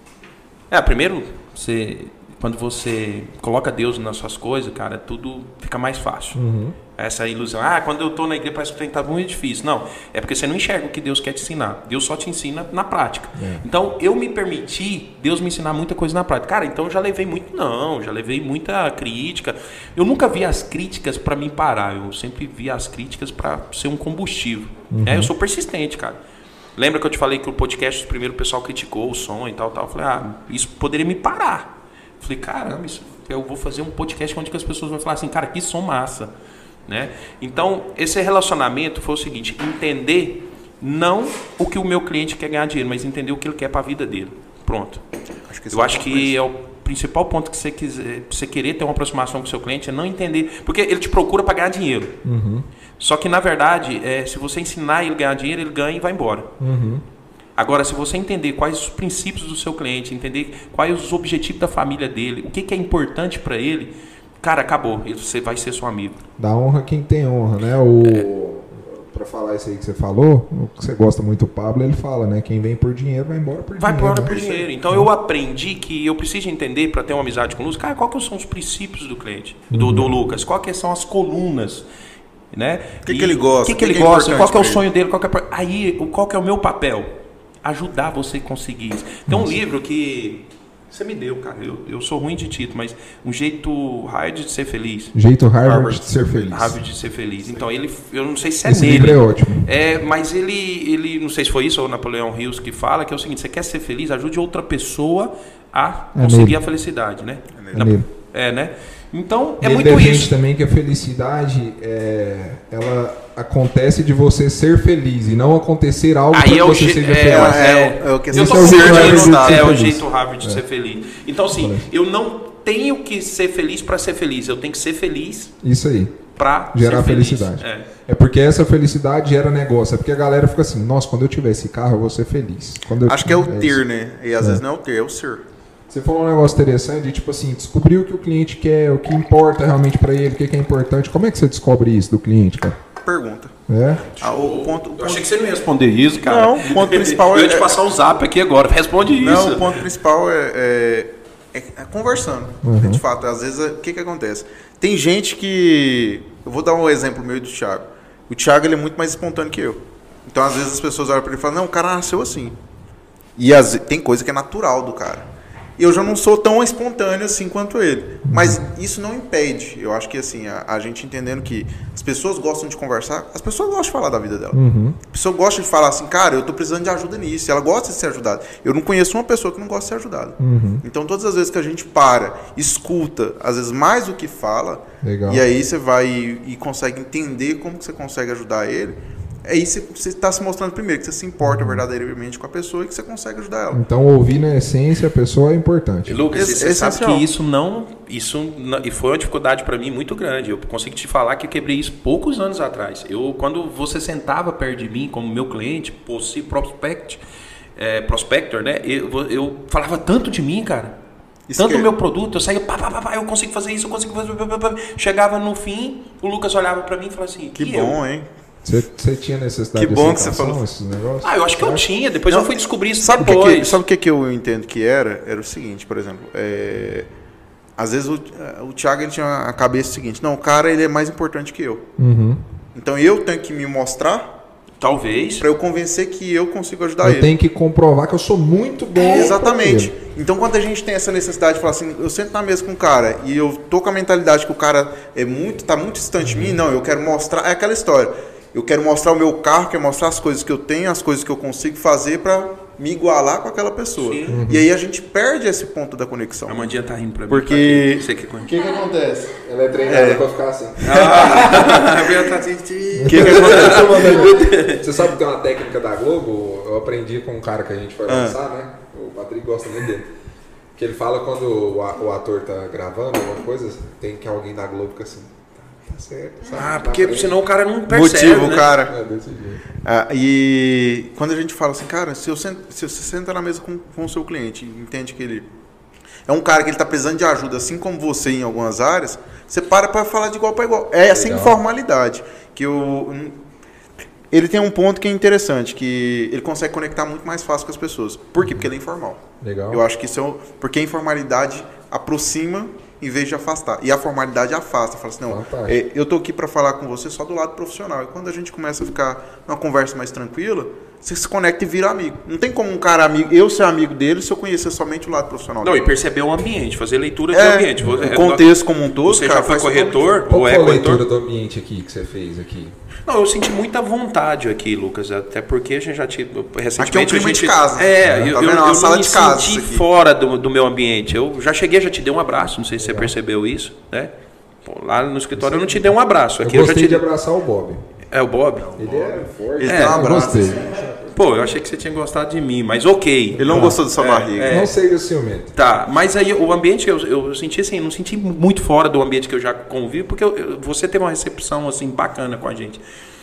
É, primeiro, você. Quando você coloca Deus nas suas coisas, cara, tudo fica mais fácil. Uhum. Essa ilusão. Ah, quando eu tô na igreja parece que tá muito difícil. Não, é porque você não enxerga o que Deus quer te ensinar. Deus só te ensina na prática. É. Então, eu me permiti Deus me ensinar muita coisa na prática. Cara, então eu já levei muito não, já levei muita crítica. Eu nunca vi as críticas para me parar. Eu sempre vi as críticas para ser um combustível. Uhum. É, eu sou persistente, cara. Lembra que eu te falei que o podcast, primeiro o pessoal criticou o som e tal, tal. Eu falei, ah, isso poderia me parar. Eu falei, caramba, isso, eu vou fazer um podcast onde que as pessoas vão falar assim, cara, que som massa. Né? Então, esse relacionamento foi o seguinte, entender não o que o meu cliente quer ganhar dinheiro, mas entender o que ele quer para a vida dele. Pronto. Acho que esse Eu é acho o que é o principal ponto que você quiser, você querer ter uma aproximação com o seu cliente é não entender, porque ele te procura para ganhar dinheiro. Uhum. Só que na verdade, é, se você ensinar ele a ganhar dinheiro, ele ganha e vai embora. Uhum. Agora, se você entender quais os princípios do seu cliente, entender quais os objetivos da família dele, o que, que é importante para ele, cara, acabou. Você vai ser seu amigo. Dá honra quem tem honra, né? O... Pra falar isso aí que você falou, o que você gosta muito do Pablo, ele fala, né? Quem vem por dinheiro vai embora por Vai dinheiro. embora né? por dinheiro. Então eu aprendi que eu preciso entender para ter uma amizade com o Lucas, cara, qual que são os princípios do cliente, do, do Lucas, qual que são as colunas, né? O que que ele gosta, O que, que o que ele que é gosta, qual importante que é o pra sonho dele, qual que é, aí, o- qual que é o meu papel? Ajudar você a conseguir isso. Tem um livro que você me deu, cara, eu, eu sou ruim de título, mas Um Jeito Hard de Ser Feliz. Jeito Harvard, Harvard. de ser feliz. Harvard de Ser Feliz. Então ele, eu não sei se é Esse nele. livro é ótimo. É, mas ele, ele, não sei se foi isso ou o Napoleão Hills que fala, que é o seguinte, você quer ser feliz, ajude outra pessoa a É conseguir nele. a felicidade, né? É nele. É, né? Então, é Ele muito defende isso. também que a felicidade é, ela acontece de você ser feliz e não acontecer algo Aí para é o, que você je- seja é, feliz. é, é o que eu você tô é o jeito confundindo, Harvard de ser é o feliz. jeito Harvard de ser feliz. Então, assim, eu não tenho que ser feliz para ser feliz, eu tenho que ser feliz Isso aí. para Gerar ser feliz. felicidade. É. É porque essa felicidade gera negócio. É porque a galera fica assim, nossa, quando eu tiver esse carro, eu vou ser feliz. Quando eu Acho que é o isso. ter, né? E às vezes não é o ter, é o ser. Você falou um negócio interessante, tipo assim, descobrir o que o cliente quer, o que importa realmente para ele, o que que é importante. Como é que você descobre isso do cliente, cara? Pergunta. É? Ah, o, o ponto, o Eu ponto- achei que você não ia responder isso, cara. Não, o ponto principal Eu é- ia te passar um zap aqui agora, responde isso. Não, o ponto principal é, é, é- é conversando. Uhum. De fato, às vezes, o que, que acontece? Tem gente que... Eu vou dar um exemplo meio do Thiago. O Thiago ele é muito mais espontâneo que eu. Então, às vezes, as pessoas olham para ele e falam, não, o cara nasceu assim. E às ve- tem coisa que é natural do cara. Eu já não sou tão espontâneo assim quanto ele. Mas isso não impede. Eu acho que assim, a, a gente entendendo que as pessoas gostam de conversar, as pessoas gostam de falar da vida dela. Uhum. A pessoa gosta de falar assim, cara, eu tô precisando de ajuda nisso. Ela gosta de ser ajudada. Eu não conheço uma pessoa que não gosta de ser ajudada. Uhum. Então, todas as vezes que a gente para, escuta, às vezes mais do que fala, Legal. e aí você vai e, e consegue entender como que você consegue ajudar ele, aí você está se mostrando primeiro que você se importa verdadeiramente com a pessoa e que você consegue ajudar ela. Então, ouvir na essência a pessoa é importante. E, Lucas, Esse- você sabe essencial. que isso não, isso não, e foi uma dificuldade para mim muito grande. Eu consigo te falar que eu quebrei isso poucos anos atrás. Eu, quando você sentava perto de mim como meu cliente, possi prospect, é, prospector, né? Eu, eu falava tanto de mim, cara. Isso Tanto que o é- meu produto, eu saía, pá, pá, pá, pá, eu consigo fazer isso, eu consigo fazer. Pá, pá, pá. Chegava no fim, o Lucas olhava para mim e falava assim: Que "E bom, eu?" hein? Você, você tinha necessidade Que de bom que você aceitação, falou. esses negócios? Ah, eu acho que eu É? tinha. Depois Não, eu fui descobrir isso Sabe o que, depois. que, sabe o que, que eu entendo que era? Era o seguinte, por exemplo, é, às vezes o, o Thiago ele tinha a cabeça seguinte, não, o cara ele é mais importante que eu. Uhum. Então eu tenho que me mostrar Talvez. para eu convencer que eu consigo ajudar Eu ele. tenho que comprovar que eu sou muito bom. É, exatamente. pra ele. Então, quando a gente tem essa necessidade de falar assim, eu sento na mesa com o cara e eu tô com a mentalidade que o cara é muito, tá muito distante de mim, não, eu quero mostrar, é aquela história. Eu quero mostrar o meu carro, quero mostrar as coisas que eu tenho, as coisas que eu consigo fazer para me igualar com aquela pessoa. Sim. E aí a gente perde esse ponto da conexão. A Mandinha tá rindo pra mim. Porque... Você que O que que acontece? Ela é treinada É. pra ficar assim. Ah, tá assim. O que que acontece? Você sabe que tem uma técnica da Globo? Eu aprendi com um cara que a gente foi Ah. lançar, né? O Patrick gosta muito dele. Que ele fala quando o, a- o ator tá gravando alguma coisa, tem que alguém da Globo fica assim, tá, tá certo. Sabe? Ah, Tá porque frente. senão o cara não percebe, Motivo, né? cara. É desse jeito. Ah, e quando a gente fala assim, cara, se, eu sento, se você senta na mesa com, com o seu cliente e entende que ele é um cara que ele está precisando de ajuda, assim como você em algumas áreas, você para para falar de igual para igual. É essa Legal. informalidade. Que eu, ele tem um ponto que é interessante, que ele consegue conectar muito mais fácil com as pessoas. Por quê? Porque ele é informal. Legal. Eu acho que isso é um, porque a informalidade aproxima em vez de afastar. E a formalidade afasta. Fala assim, não, Fantástico. é, eu tô aqui para falar com você só do lado profissional. E quando a gente começa a ficar numa conversa mais tranquila, você se conecta e vira amigo. Não tem como um cara amigo, eu ser amigo dele se eu conhecer somente o lado profissional Não, dele. e perceber o ambiente, fazer leitura de É, ambiente. o contexto como um todo, Você cara, já foi faz corretor Qual ou foi é a leitura corretor? do ambiente aqui que você fez aqui? Não, eu senti muita vontade aqui, Lucas, até porque a gente já tinha recentemente Aqui é um clima a gente, de casa. É, Tá eu, vendo? eu, É uma eu sala me de casa senti isso aqui. fora do, do meu ambiente. Eu já cheguei, já te dei um abraço, não sei se você percebeu isso, né? Pô, lá no escritório eu não te dei um abraço. Aqui eu eu, já gostei te de abraçar o Bob. É o Bob? Ele é forte. Ele É, tem um eu abraço. gostei. Pô, eu achei que você tinha gostado de mim, mas ok. Ele não gostou da sua barriga. Não sei do ciumento. Tá, mas aí o ambiente, eu, eu senti assim, não senti muito fora do ambiente que eu já convivo, porque eu- eu- você teve uma recepção assim bacana com a gente.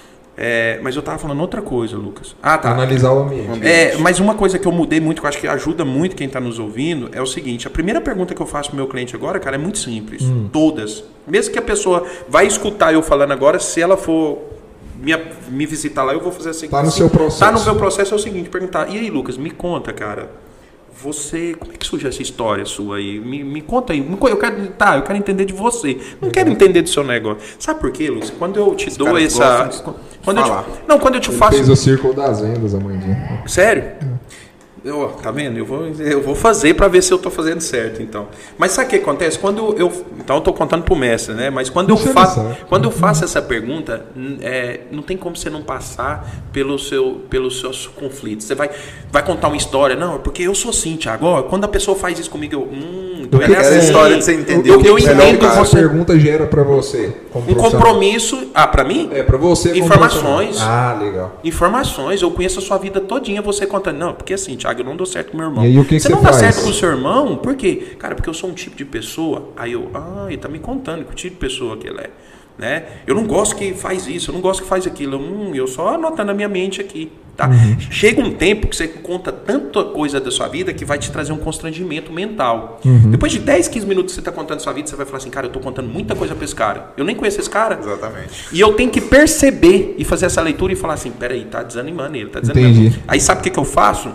É, mas eu tava falando outra coisa, Lucas. Ah, tá. Analisar o ambiente. É, mas uma coisa que eu mudei muito, que eu acho que ajuda muito quem está nos ouvindo, é o seguinte: a primeira pergunta que eu faço pro meu cliente agora, cara, é muito simples. Todas. Mesmo que a pessoa vai escutar eu falando agora, se ela for me, me visitar lá, eu vou fazer assim. Tá no assim, seu processo. Tá no meu processo, é o seguinte: perguntar, e aí, Lucas, me conta, cara. Você, como é que surgiu essa história sua aí? Me, me conta aí. Me, co- eu quero, tá, eu quero entender de você. Não quero entender do seu negócio. Sabe por quê, Lucas? Quando eu te dou caras essa, gostam de quando eu te, falar. não, quando eu te Ele faço fez o círculo das vendas, Amandinha. Sério? Eu, ó, tá vendo? Eu vou, eu vou fazer para ver se eu tô fazendo certo, então. Mas sabe o que acontece? Quando eu, então eu tô contando pro mestre, né? Mas quando eu Você não faço, sabe. quando eu faço essa pergunta, n- é, não tem como você não passar pelo seu, pelos seus conflitos. Você vai, vai contar uma história, não? Porque eu sou assim, Thiago. Ó, quando a pessoa faz isso comigo, eu, hum, então Eu ela é quero Essa assim. história de você entender Eu, o que eu que é entendo o cara. você. A pergunta gera pra você. como Um profissional. compromisso. Ah, para mim? É, pra você. como Informações. profissional. Ah, legal. Informações, eu conheço a sua vida todinha, você contando. Não, porque assim, Thiago, eu não dou certo com meu irmão. E aí, o que que você você não dá faz? certo com o seu irmão? Por quê? Cara, porque eu sou um tipo de pessoa. Aí eu, ah, ele tá me contando que tipo de pessoa que ele é. Né? Eu não gosto que faz isso, eu não gosto que faz aquilo. Hum, eu só anotando na minha mente aqui. Tá? Uhum. Chega um tempo que você conta tanta coisa da sua vida que vai te trazer um constrangimento mental. Uhum. Depois de dez, quinze minutos que você está contando sua vida, você vai falar assim, cara, eu tô contando muita coisa pra esse cara. Eu nem conheço esse cara. Exatamente. E eu tenho que perceber e fazer essa leitura e falar assim, peraí, tá desanimando ele, tá desanimando. Entendi. Aí sabe o que, que eu faço?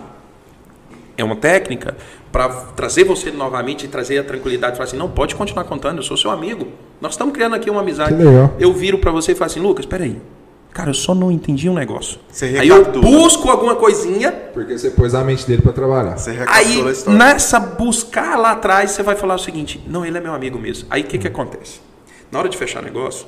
É uma técnica para trazer você novamente e trazer a tranquilidade. Falar assim, não, pode continuar contando, eu sou seu amigo. Nós estamos criando aqui uma amizade. Que legal. Eu viro para você e falo assim, Lucas, peraí. Cara, eu só não entendi um negócio. Você Aí eu recaptura. busco alguma coisinha. Porque você pôs a mente dele pra trabalhar. Você Aí, recapitula a história. nessa buscar lá atrás, você vai falar o seguinte, não, ele é meu amigo mesmo. Aí o que, que acontece? Na hora de fechar negócio,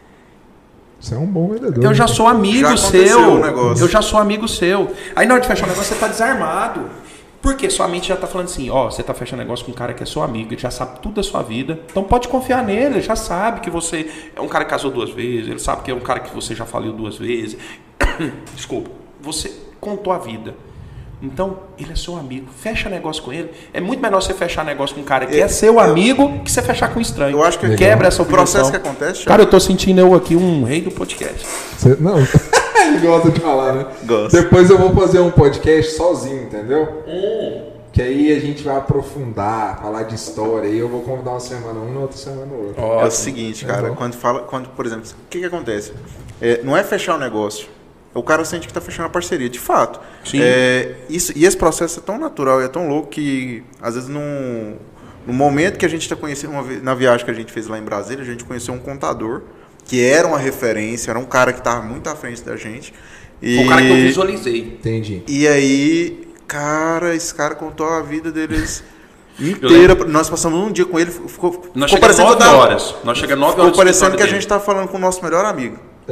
Você é um bom vendedor. eu já né? sou amigo Já aconteceu seu. o negócio. Eu já sou amigo seu. Aí na hora de fechar o negócio, você tá desarmado. Porque sua mente já tá falando assim, ó, você tá fechando negócio com um cara que é seu amigo, ele já sabe tudo da sua vida. Então pode confiar nele, ele já sabe que você é um cara que casou duas vezes, ele sabe que é um cara que você já faliu duas vezes. Desculpa, você contou a vida. Então, ele é seu amigo. Fecha negócio com ele. É muito melhor você fechar negócio com um cara que é, seu amigo que você fechar com um estranho. Eu acho que quebra essa o processo oposição. que acontece, Cara, eu tô sentindo eu aqui um rei do podcast. Você- Não, ele gosta de falar, né? Gosto. Depois eu vou fazer um podcast sozinho, entendeu? Que aí a gente vai aprofundar, falar de história. E eu vou convidar uma semana um, na outra semana outra. É o seguinte, cara, bom. quando fala, quando, por exemplo, o que que acontece? É, não é fechar o negócio. O cara sente que está fechando a parceria, de fato. Sim. É, isso, e esse processo é tão natural e é tão louco que, às vezes, num, no momento que a gente está conhecendo, uma, ve- na viagem que a gente fez lá em Brasília, a gente conheceu um contador, que era uma referência, era um cara que estava muito à frente da gente. E, Foi o cara que eu visualizei. Entendi. E aí, cara, esse cara contou a vida deles inteira. Nós passamos um dia com ele, ficou, Nós ficou chegamos parecendo que eu nove tava- horas. Nós chegamos nove Ficou horas. de parecendo que a escritório gente estava falando com o nosso melhor amigo. É?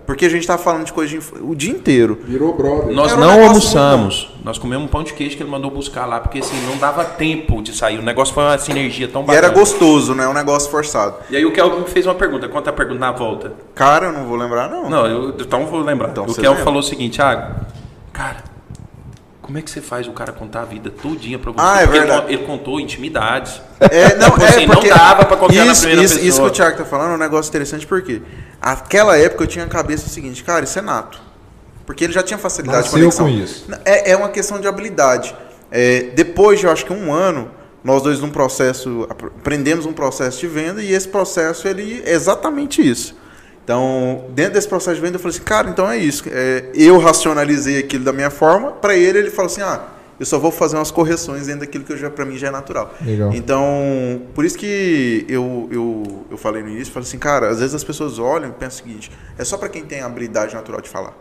Porque a gente tá falando de coisa de inf... o dia inteiro. Virou brother. Nós Era um não negócio almoçamos. Nós comemos um pão de queijo que ele mandou buscar lá, porque assim, não dava tempo de sair. O negócio foi uma sinergia tão E bacana. era gostoso, né? Um negócio forçado. E aí o Kelvin fez uma pergunta. Conta a pergunta na volta. Cara, eu não vou lembrar, não. Não, eu então vou lembrar. Então, o você Kelvin lembra. falou o seguinte, ah, cara, como é que você faz o cara contar a vida todinha pra você? Ah, é Porque verdade. ele, ele contou intimidades. É, não, Tipo é assim, não porque dava pra confiar na isso, primeira isso, isso que pessoa. o Thiago tá falando é um negócio interessante, porque aquela época eu tinha a cabeça o seguinte, cara, isso é nato. Porque ele já tinha facilidade Nasceu de conexão. com isso. É, é uma questão de habilidade. É, depois de, eu acho que um ano, nós dois num processo, aprendemos um processo de venda e esse processo, ele é exatamente isso. Então, dentro desse processo de venda, eu falei assim, cara, então é isso. É, eu racionalizei aquilo da minha forma, para ele, ele falou assim, ah, eu só vou fazer umas correções dentro daquilo que para mim já é natural. Legal. Então, por isso que eu, eu, eu falei no início, falei assim, cara, às vezes as pessoas olham e pensam o seguinte, é só para quem tem a habilidade natural de falar.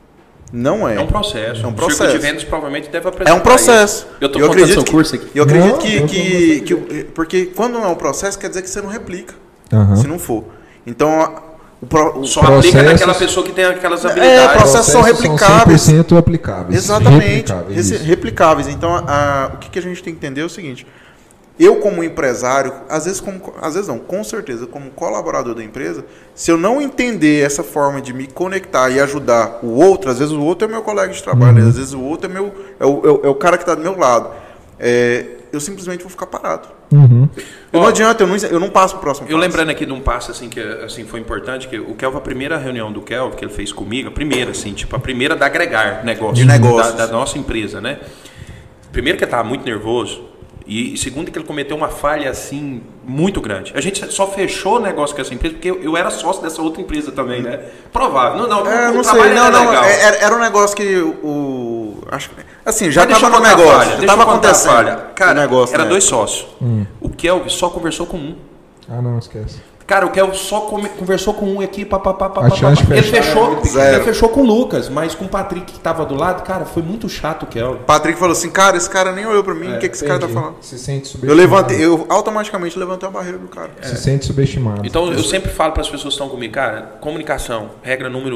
Não é. É um processo. É um O processo. circuito de vendas provavelmente deve apresentar É um processo. isso. Eu tô eu contando acredito seu que, curso aqui. Eu acredito Não, que, eu que, tô que- Porque quando não é um processo, quer dizer que você não replica. Aham. Se não for. Então, a- o, pro- o- Só Processos- aplica naquela pessoa que tem aquelas É, habilidades. processos são replicáveis. cem por cento aplicáveis. Exatamente. Replicáveis, Rece- isso. replicáveis. Então, a- a- o que, que a gente tem que entender é o seguinte. Eu, como empresário, às vezes, como, às vezes não, com certeza, como colaborador da empresa, se eu não entender essa forma de me conectar e ajudar o outro, às vezes o outro é meu colega de trabalho, Uhum. às vezes o outro é, meu, é, o, é o- é o cara que está do meu lado, é, eu simplesmente vou ficar parado. Uhum. Eu Ó, não adianta, eu não, eu não passo pro próximo Eu passo. lembrando aqui de um passo assim que assim foi importante, que o Kelvin, a primeira reunião do Kelvin que ele fez comigo, a primeira assim, tipo a primeira da agregar negócio, De negócios. da, da nossa empresa, né? Primeiro que ele estava muito nervoso e segundo que ele cometeu uma falha assim muito grande. A gente só fechou o negócio com essa empresa porque eu, eu era sócio dessa outra empresa também, né? Provável. Não, não, É, o não sei, trabalho não, era não, legal. é- era, era um negócio que o... Acho, que- assim, já Mas deixa estava eu no contar a negócio, falha, já deixa eu estava contar a acontecendo falha. Cara, o negócio, era né? dois sócios. Hum. O Kelvin só conversou com um. Ah, não, esquece. Cara, o Kelvin só come- conversou com um aqui, papapá, A papapá. chance de Ele fechar fechou, é zero. ele fechou com o Lucas, mas com o Patrick que tava do lado, cara, foi muito chato o Kelvin. Patrick falou assim, cara, esse cara nem olhou pra mim, o que, que esse cara tá Entendi. falando? Se sente Eu subestimado. levantei, eu automaticamente levantei a barreira do cara. Se sente subestimado. Então eu sempre falo para as pessoas que estão comigo, cara, comunicação, regra número